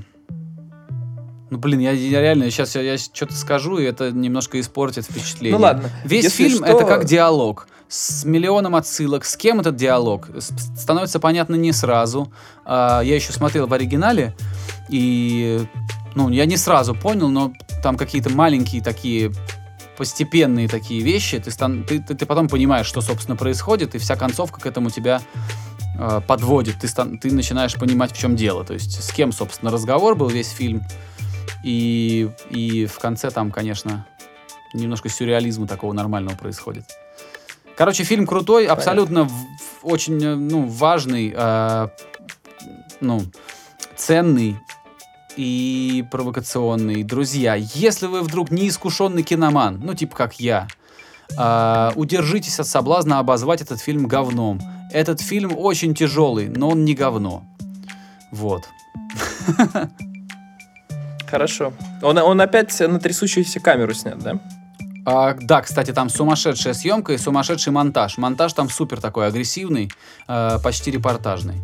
я реально, сейчас я что-то скажу, и это немножко испортит впечатление. Ну ладно. Весь фильм это как диалог с миллионом отсылок. С кем этот диалог? Становится понятно не сразу. Я еще смотрел в оригинале, и я не сразу понял, но там какие-то маленькие такие постепенные такие вещи. Ты потом понимаешь, что, собственно, происходит, и вся концовка к этому тебя подводит. Ты начинаешь понимать, в чем дело. То есть с кем, собственно, разговор был весь фильм. И в конце там, конечно, немножко сюрреализма такого нормального происходит. Короче, фильм крутой, абсолютно очень важный, ценный и провокационный. Друзья, если вы вдруг неискушенный киноман, типа как я, удержитесь от соблазна обозвать этот фильм говном. Этот фильм очень тяжелый, но он не говно. Вот. Хорошо. Он опять на трясущуюся камеру снят, да? Да, кстати, там сумасшедшая съемка и сумасшедший монтаж. Монтаж там супер такой агрессивный, почти репортажный.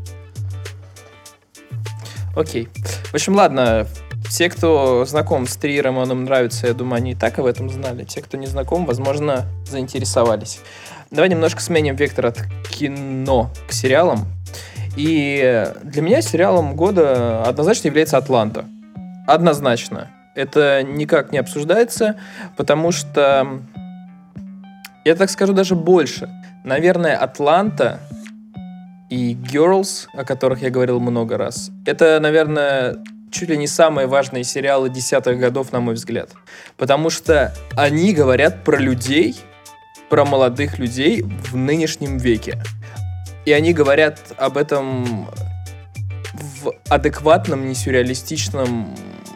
Окей. В общем, ладно. Все, кто знаком с Триером, он им нравится, я думаю, они и так об этом знали. Те, кто не знаком, возможно, заинтересовались. Давай немножко сменим вектор от кино к сериалам. И для меня сериалом года однозначно является «Атланта». Однозначно. Это никак не обсуждается, потому что, я так скажу даже больше. Наверное, «Атланта» и «Girls», о которых я говорил много раз, это, наверное, чуть ли не самые важные сериалы десятых годов, на мой взгляд. Потому что они говорят про людей, про молодых людей в нынешнем веке. И они говорят об этом в адекватном, не сюрреалистичном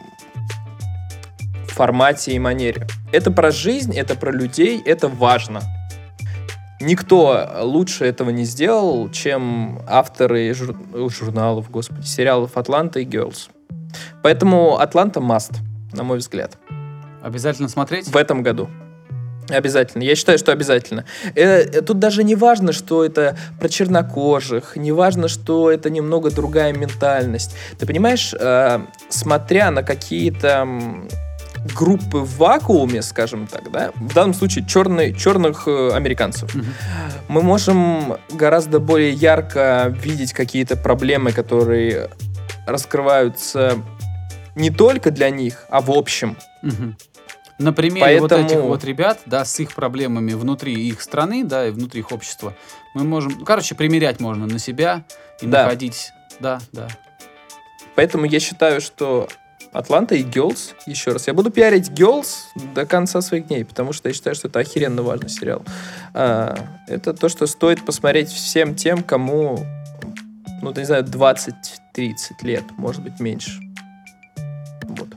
формате и манере. Это про жизнь, это про людей, это важно. Никто лучше этого не сделал, чем авторы журналов, сериалов «Атланта» и «Girls». Поэтому «Атланта» must, на мой взгляд. Обязательно смотреть? В этом году. Обязательно. Я считаю, что обязательно. Тут даже не важно, что это про чернокожих, не важно, что это немного другая ментальность. Ты понимаешь, смотря на какие-то группы в вакууме, скажем так, да, в данном случае черных американцев, мы можем гораздо более ярко видеть какие-то проблемы, которые раскрываются не только для них, а в общем. На примере вот этих вот ребят, да, с их проблемами внутри их страны, да, и внутри их общества, мы можем, примерять можно на себя и находить, да. Поэтому я считаю, что «Атланта» и «Girls», еще раз, я буду пиарить «Girls» до конца своих дней, потому что я считаю, что это охеренно важный сериал. Это то, что стоит посмотреть всем тем, кому, 20-30 лет, может быть, меньше. Вот.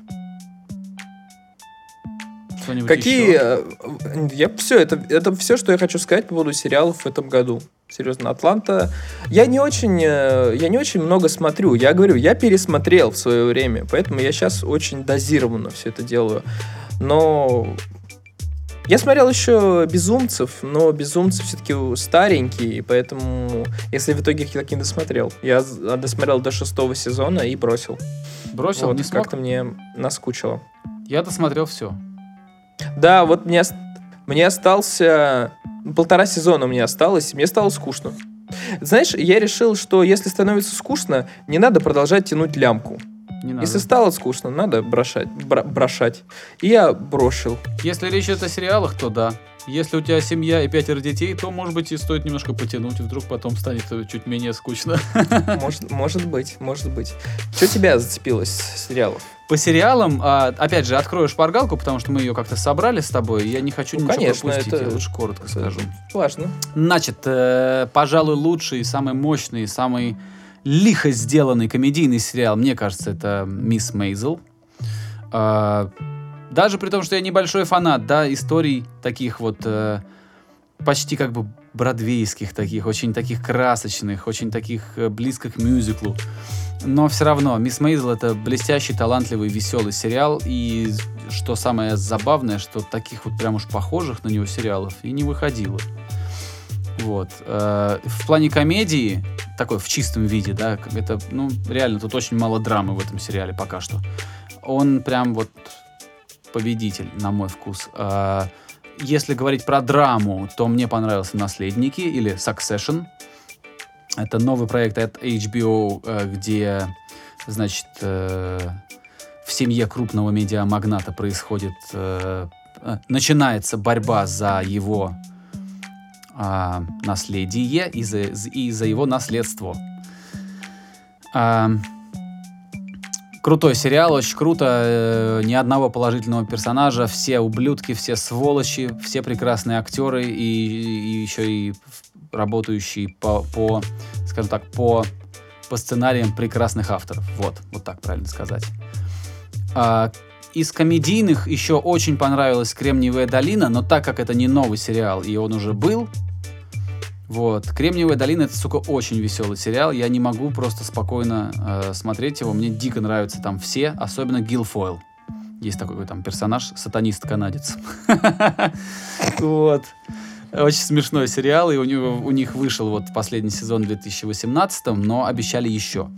Что-нибудь Какие... еще? Это все, что я хочу сказать по поводу сериалов в этом году. Серьезно, «Атланта». Я не очень много смотрю. Я говорю, я пересмотрел в свое время, поэтому я сейчас очень дозированно все это делаю. Но я смотрел еще «Безумцев», но «Безумцы» все-таки старенькие, поэтому, если в итоге их так и не досмотрел. Я досмотрел до 6 сезона и бросил. Бросил, Вот, не смог? как-то мне наскучило. Я досмотрел все. Да, вот мне остался... 1,5 сезона у меня осталось, и мне стало скучно. Знаешь, я решил, что если становится скучно, не надо продолжать тянуть лямку. Не надо. Если стало скучно, надо брошать. И я брошил. Если речь идет о сериалах, то да. Если у тебя семья и 5 детей, то, может быть, и стоит немножко потянуть, и вдруг потом станет чуть менее скучно. Может быть. Что тебя зацепило с сериалов? По сериалам, опять же, открою шпаргалку, потому что мы ее как-то собрали с тобой, и я не хочу ничего конечно, пропустить, это- я лучше коротко скажу. Важно. Значит, пожалуй, лучший, самый мощный, самый лихо сделанный комедийный сериал, мне кажется, это «Мисс Мейзел». Даже при том, что я небольшой фанат, да, историй таких вот почти как бы бродвейских таких, очень таких красочных, очень таких близко к мюзиклу. Но все равно «Мисс Мейзел» — это блестящий, талантливый, веселый сериал. И что самое забавное, что таких вот прям уж похожих на него сериалов и не выходило. Вот. В плане комедии, такой в чистом виде, да, это, ну, реально, тут очень мало драмы в этом сериале пока что. Он прям вот победитель, на мой вкус. Если говорить про драму, то мне понравился «Наследники» или «Succession». Это новый проект от HBO, где, значит, в семье крупного медиамагната происходит, начинается борьба за его наследие и за его наследство. Крутой сериал, очень круто, ни одного положительного персонажа, все ублюдки, все сволочи, все прекрасные актеры и еще и работающие по, скажем так, по сценариям прекрасных авторов. Вот так правильно сказать. Из комедийных еще очень понравилась «Кремниевая долина», но так как это не новый сериал, и он уже был, вот, «Кремниевая долина» — это, сука, очень веселый сериал. Я не могу просто спокойно смотреть его. Мне дико нравятся там все, особенно Гилфойл. Есть такой там персонаж, сатанист-канадец. Вот. Очень смешной сериал, и у них вышел вот последний сезон в 2018, но обещали еще.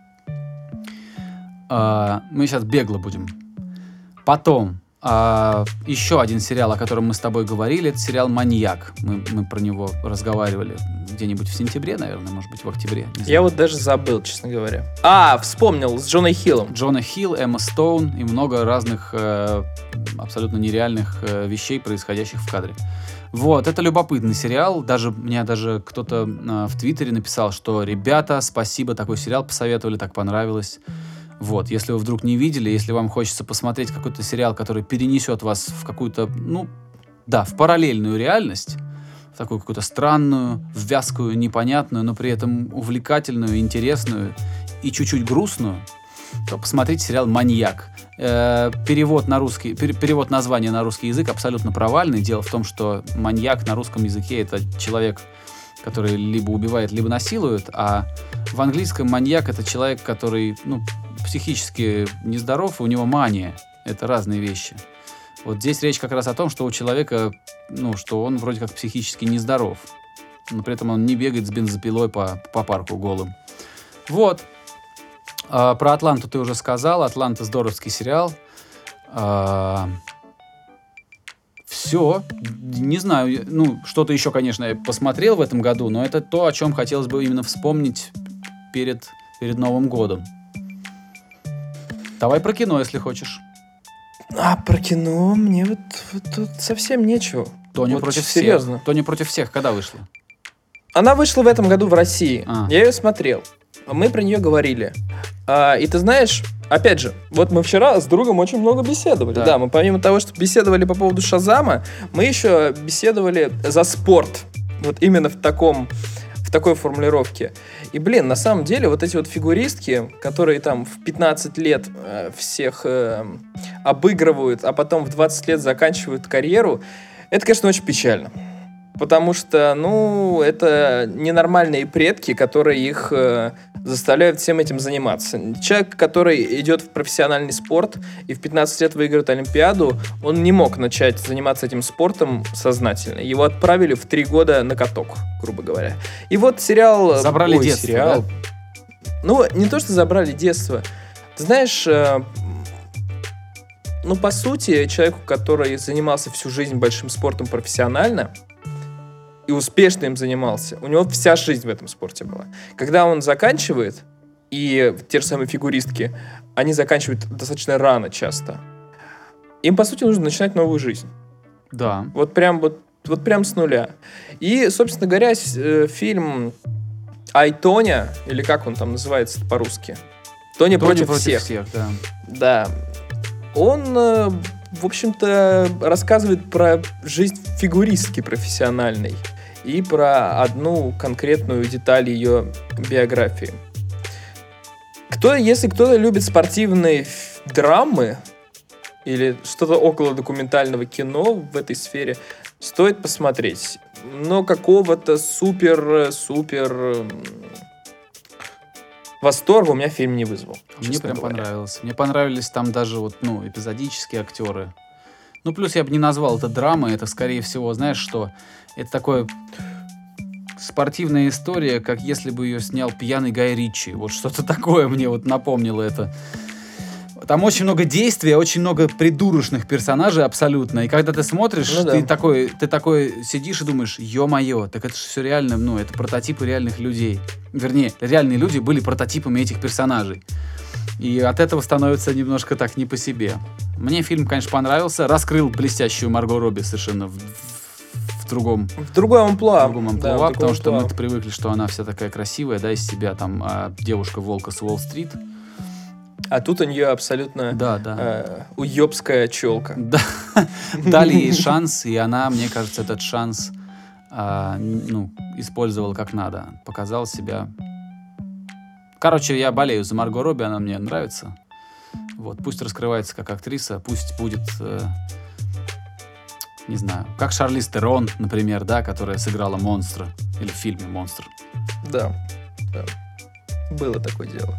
Мы сейчас бегло будем. Потом, еще один сериал, о котором мы с тобой говорили, это сериал «Маньяк». Мы про него разговаривали где-нибудь в сентябре, наверное, может быть, в октябре. Не знаю. Я вот даже забыл, честно говоря. Вспомнил, с Джоной Хиллом. Джона Хилл, Эмма Стоун и много разных абсолютно нереальных вещей, происходящих в кадре. Вот, это любопытный сериал. Мне даже кто-то в Твиттере написал, что ребята, спасибо, такой сериал посоветовали, так понравилось. Вот, если вы вдруг не видели, если вам хочется посмотреть какой-то сериал, который перенесет вас в какую-то, в параллельную реальность, в такую какую-то странную, вязкую, непонятную, но при этом увлекательную, интересную и чуть-чуть грустную, то посмотрите сериал «Маньяк». Перевод названия на русский язык абсолютно провальный. Дело в том, что маньяк на русском языке — это человек, который либо убивает, либо насилует, а в английском маньяк — это человек, который, психически нездоров, и у него мания. Это разные вещи. Вот здесь речь как раз о том, что у человека, что он вроде как психически нездоров, но при этом он не бегает с бензопилой по парку голым. Вот. Про «Атланту» ты уже сказал. «Атланта» — здоровский сериал. Все. Не знаю, что-то еще, конечно, я посмотрел в этом году, но это то, о чем хотелось бы именно вспомнить перед Новым годом. Давай про кино, если хочешь. Про кино мне вот тут совсем нечего. «Тоня Вот против серьезно. всех». «Тоня против всех» когда вышла? Она вышла в этом году в России. Я ее смотрел. Мы про нее говорили. И ты знаешь, опять же, вот мы вчера с другом очень много беседовали. Да. Да, мы помимо того, что беседовали по поводу «Шазама», мы еще беседовали за спорт. Вот именно в такой формулировке. И, на самом деле, вот эти вот фигуристки, которые там в 15 лет всех обыгрывают, а потом в 20 лет заканчивают карьеру, это, конечно, очень печально. Потому что, это ненормальные предки, которые их заставляют всем этим заниматься. Человек, который идет в профессиональный спорт и в 15 лет выиграет Олимпиаду, он не мог начать заниматься этим спортом сознательно. Его отправили в 3 года на каток, грубо говоря. И вот сериал... Забрали детство, сериал. Да? Не то, что забрали детство. Ты знаешь... по сути, человеку, который занимался всю жизнь большим спортом профессионально и успешно им занимался, у него вся жизнь в этом спорте была. Когда он заканчивает, и те же самые фигуристки, они заканчивают достаточно рано часто, им, по сути, нужно начинать новую жизнь. Да. Вот прям с нуля. И, собственно говоря, фильм «Ай, Тоня», или как он там называется по-русски? «Тоня против всех». Да. Да. Он, в общем-то, рассказывает про жизнь фигуристки профессиональной и про одну конкретную деталь ее биографии. Если кто-то любит спортивные драмы или что-то около документального кино в этой сфере, стоит посмотреть. Но какого-то супер восторга у меня фильм не вызвал. Мне прям понравился. Мне понравились там даже эпизодические актеры. Плюс я бы не назвал это драмой, это скорее всего, знаешь что, это такое спортивная история, как если бы ее снял пьяный Гай Ричи. Вот что-то такое мне напомнило это. Там очень много действий, очень много придурочных персонажей абсолютно. И когда ты смотришь, ты такой сидишь и думаешь, ё-моё, так это же все реально, это прототипы реальных людей. Вернее, реальные люди были прототипами этих персонажей. И от этого становится немножко так не по себе. Мне фильм, конечно, понравился. Раскрыл блестящую Марго Робби совершенно в другом амплуа, потому что мы привыкли, что она вся такая красивая, да, из себя там девушка-волка с Уолл-стрит. А тут у нее абсолютно уёбская челка. Да. Дали ей шанс, и она, мне кажется, этот шанс использовала как надо. Показала себя. Короче, я болею за Марго Робби, она мне нравится. Вот, пусть раскрывается как актриса, пусть будет, не знаю, как Шарлиз Терон, например, да, которая сыграла монстра. Или в фильме «Монстр». Да. Было такое дело.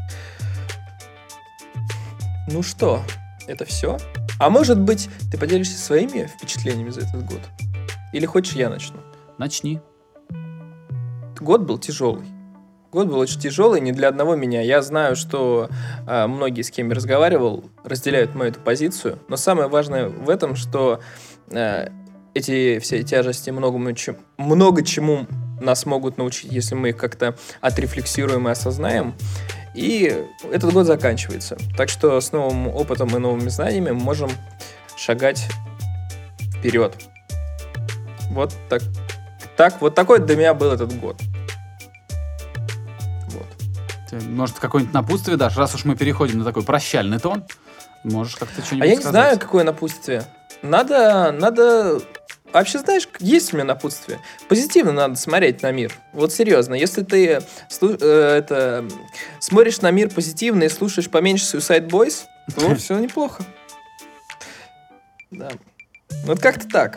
Ну что, это все? А может быть, ты поделишься своими впечатлениями за этот год? Или хочешь, я начну? Начни. Год был тяжелый. Год был очень тяжелый, не для одного меня. Я знаю, что многие, с кем я разговаривал, разделяют мою эту позицию. Но самое важное в этом, что эти все тяжести много чему нас могут научить, если мы их как-то отрефлексируем и осознаем. И этот год заканчивается. Так что с новым опытом и новыми знаниями мы можем шагать вперед. Вот так. Вот такой для меня был этот год. Вот. Ты, может, какое-нибудь напутствие дашь? Раз уж мы переходим на такой прощальный тон, можешь как-то что-нибудь сказать. А я не сказать? знаю, какое напутствие. Надо... Вообще, знаешь, есть у меня напутствие. Позитивно надо смотреть на мир. Вот серьезно, если ты смотришь на мир позитивно и слушаешь поменьше Suicide Boys, то все неплохо. Да. Вот как-то так.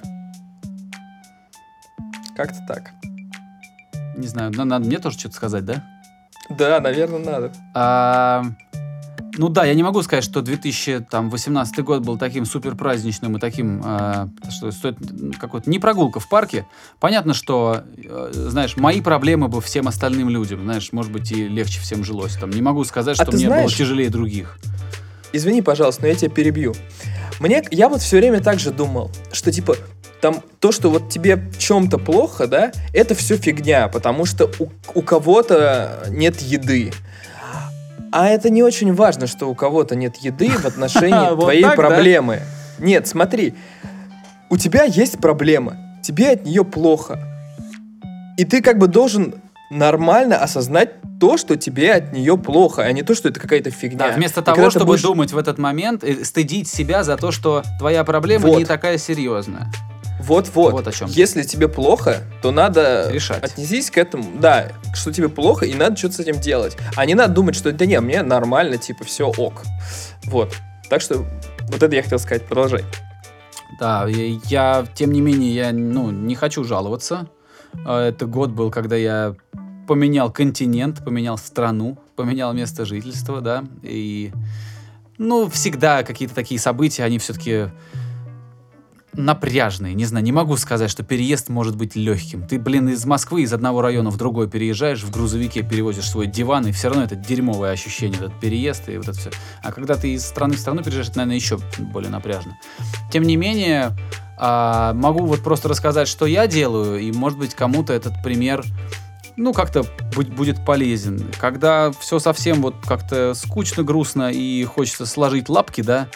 Как-то так. Не знаю, надо мне тоже что-то сказать, да? Да, наверное, надо. Ну да, я не могу сказать, что 2018 год был таким супер праздничным и таким, что стоит какой-то не прогулка в парке. Понятно, что, знаешь, мои проблемы бы всем остальным людям, знаешь, может быть, и легче всем жилось. Там не могу сказать, что мне было тяжелее других. Извини, пожалуйста, но я тебя перебью. Я вот все время так же думал, что типа там то, что вот тебе в чем-то плохо, да, это все фигня, потому что у кого-то нет еды. А это не очень важно, что у кого-то нет еды в отношении твоей проблемы. Да? Нет, смотри, у тебя есть проблема, тебе от нее плохо. И ты как бы должен нормально осознать то, что тебе от нее плохо, а не то, что это какая-то фигня. Да, вместо того, чтобы думать в этот момент, стыдить себя за то, что твоя проблема не такая серьезная. Вот о чем. Если тебе плохо, то надо решать. Отнесись к этому, да, что тебе плохо, и надо что-то с этим делать. А не надо думать, что да не, мне нормально, типа, все ок. Вот. Так что вот это я хотел сказать, продолжай. Да, я, тем не менее, я не хочу жаловаться. Это год был, когда я поменял континент, поменял страну, поменял место жительства, да, и, всегда какие-то такие события, они все-таки напряжные, не знаю, не могу сказать, что переезд может быть легким. Ты, из Москвы, из одного района в другой переезжаешь, в грузовике перевозишь свой диван, и все равно это дерьмовое ощущение, этот переезд и вот это все. А когда ты из страны в страну переезжаешь, это, наверное, еще более напряжно. Тем не менее, могу вот просто рассказать, что я делаю, и, может быть, кому-то этот пример, как-то будет полезен. Когда все совсем вот как-то скучно, грустно, и хочется сложить лапки, да,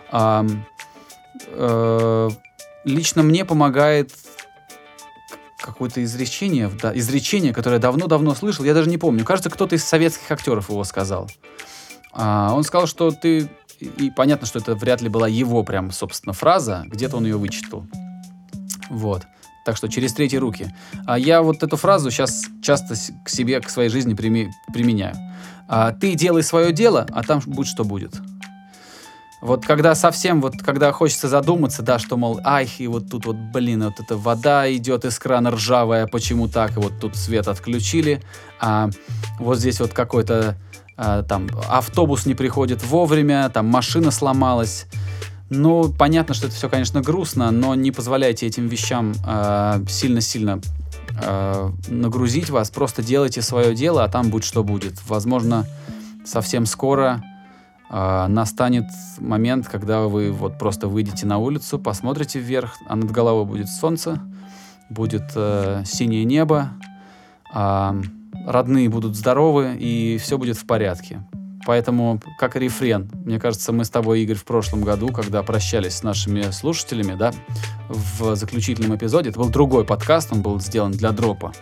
лично мне помогает какое-то изречение, которое я давно-давно слышал, я даже не помню. Кажется, кто-то из советских актеров его сказал. Он сказал, что ты... И понятно, что это вряд ли была его прям, собственно, фраза. Где-то он ее вычитал. Вот. Так что через третьи руки. Я вот эту фразу сейчас часто к себе, к своей жизни применяю. Ты делай свое дело, а там будь что будет. Вот когда совсем, когда хочется задуматься, да, что, мол, и вот тут вот эта вода идет из крана ржавая, почему так, и вот тут свет отключили, а вот здесь вот какой-то там автобус не приходит вовремя, там машина сломалась. Понятно, что это все, конечно, грустно, но не позволяйте этим вещам сильно-сильно нагрузить вас, просто делайте свое дело, а там будь что будет. Возможно, совсем скоро настанет момент, когда вы вот просто выйдете на улицу, посмотрите вверх, а над головой будет солнце, будет синее небо, родные будут здоровы, и все будет в порядке. Поэтому, как рефрен, мне кажется, мы с тобой, Игорь, в прошлом году, когда прощались с нашими слушателями, да, в заключительном эпизоде, это был другой подкаст, он был сделан для дропа,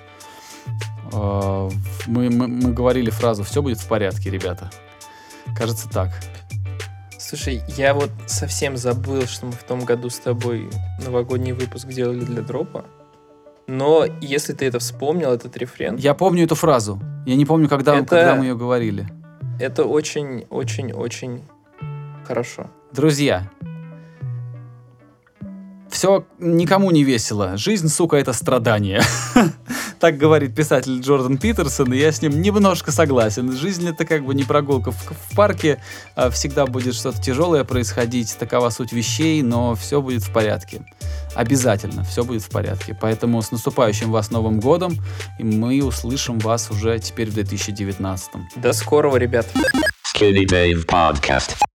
мы говорили фразу «все будет в порядке, ребята». Кажется, так. Слушай, я вот совсем забыл, что мы в том году с тобой новогодний выпуск делали для дропа. Но если ты это вспомнил, этот рефрен... Я помню эту фразу. Я не помню, когда мы ее говорили. Это очень-очень-очень хорошо. Друзья, все никому не весело. Жизнь, сука, это страдание. Так говорит писатель Джордан Питерсон, и я с ним немножко согласен. Жизнь — это как бы не прогулка в парке, всегда будет что-то тяжелое происходить, такова суть вещей, но все будет в порядке. Обязательно все будет в порядке. Поэтому с наступающим вас Новым годом, и мы услышим вас уже теперь в 2019. До скорого, ребят. Skinny Dave Podcast.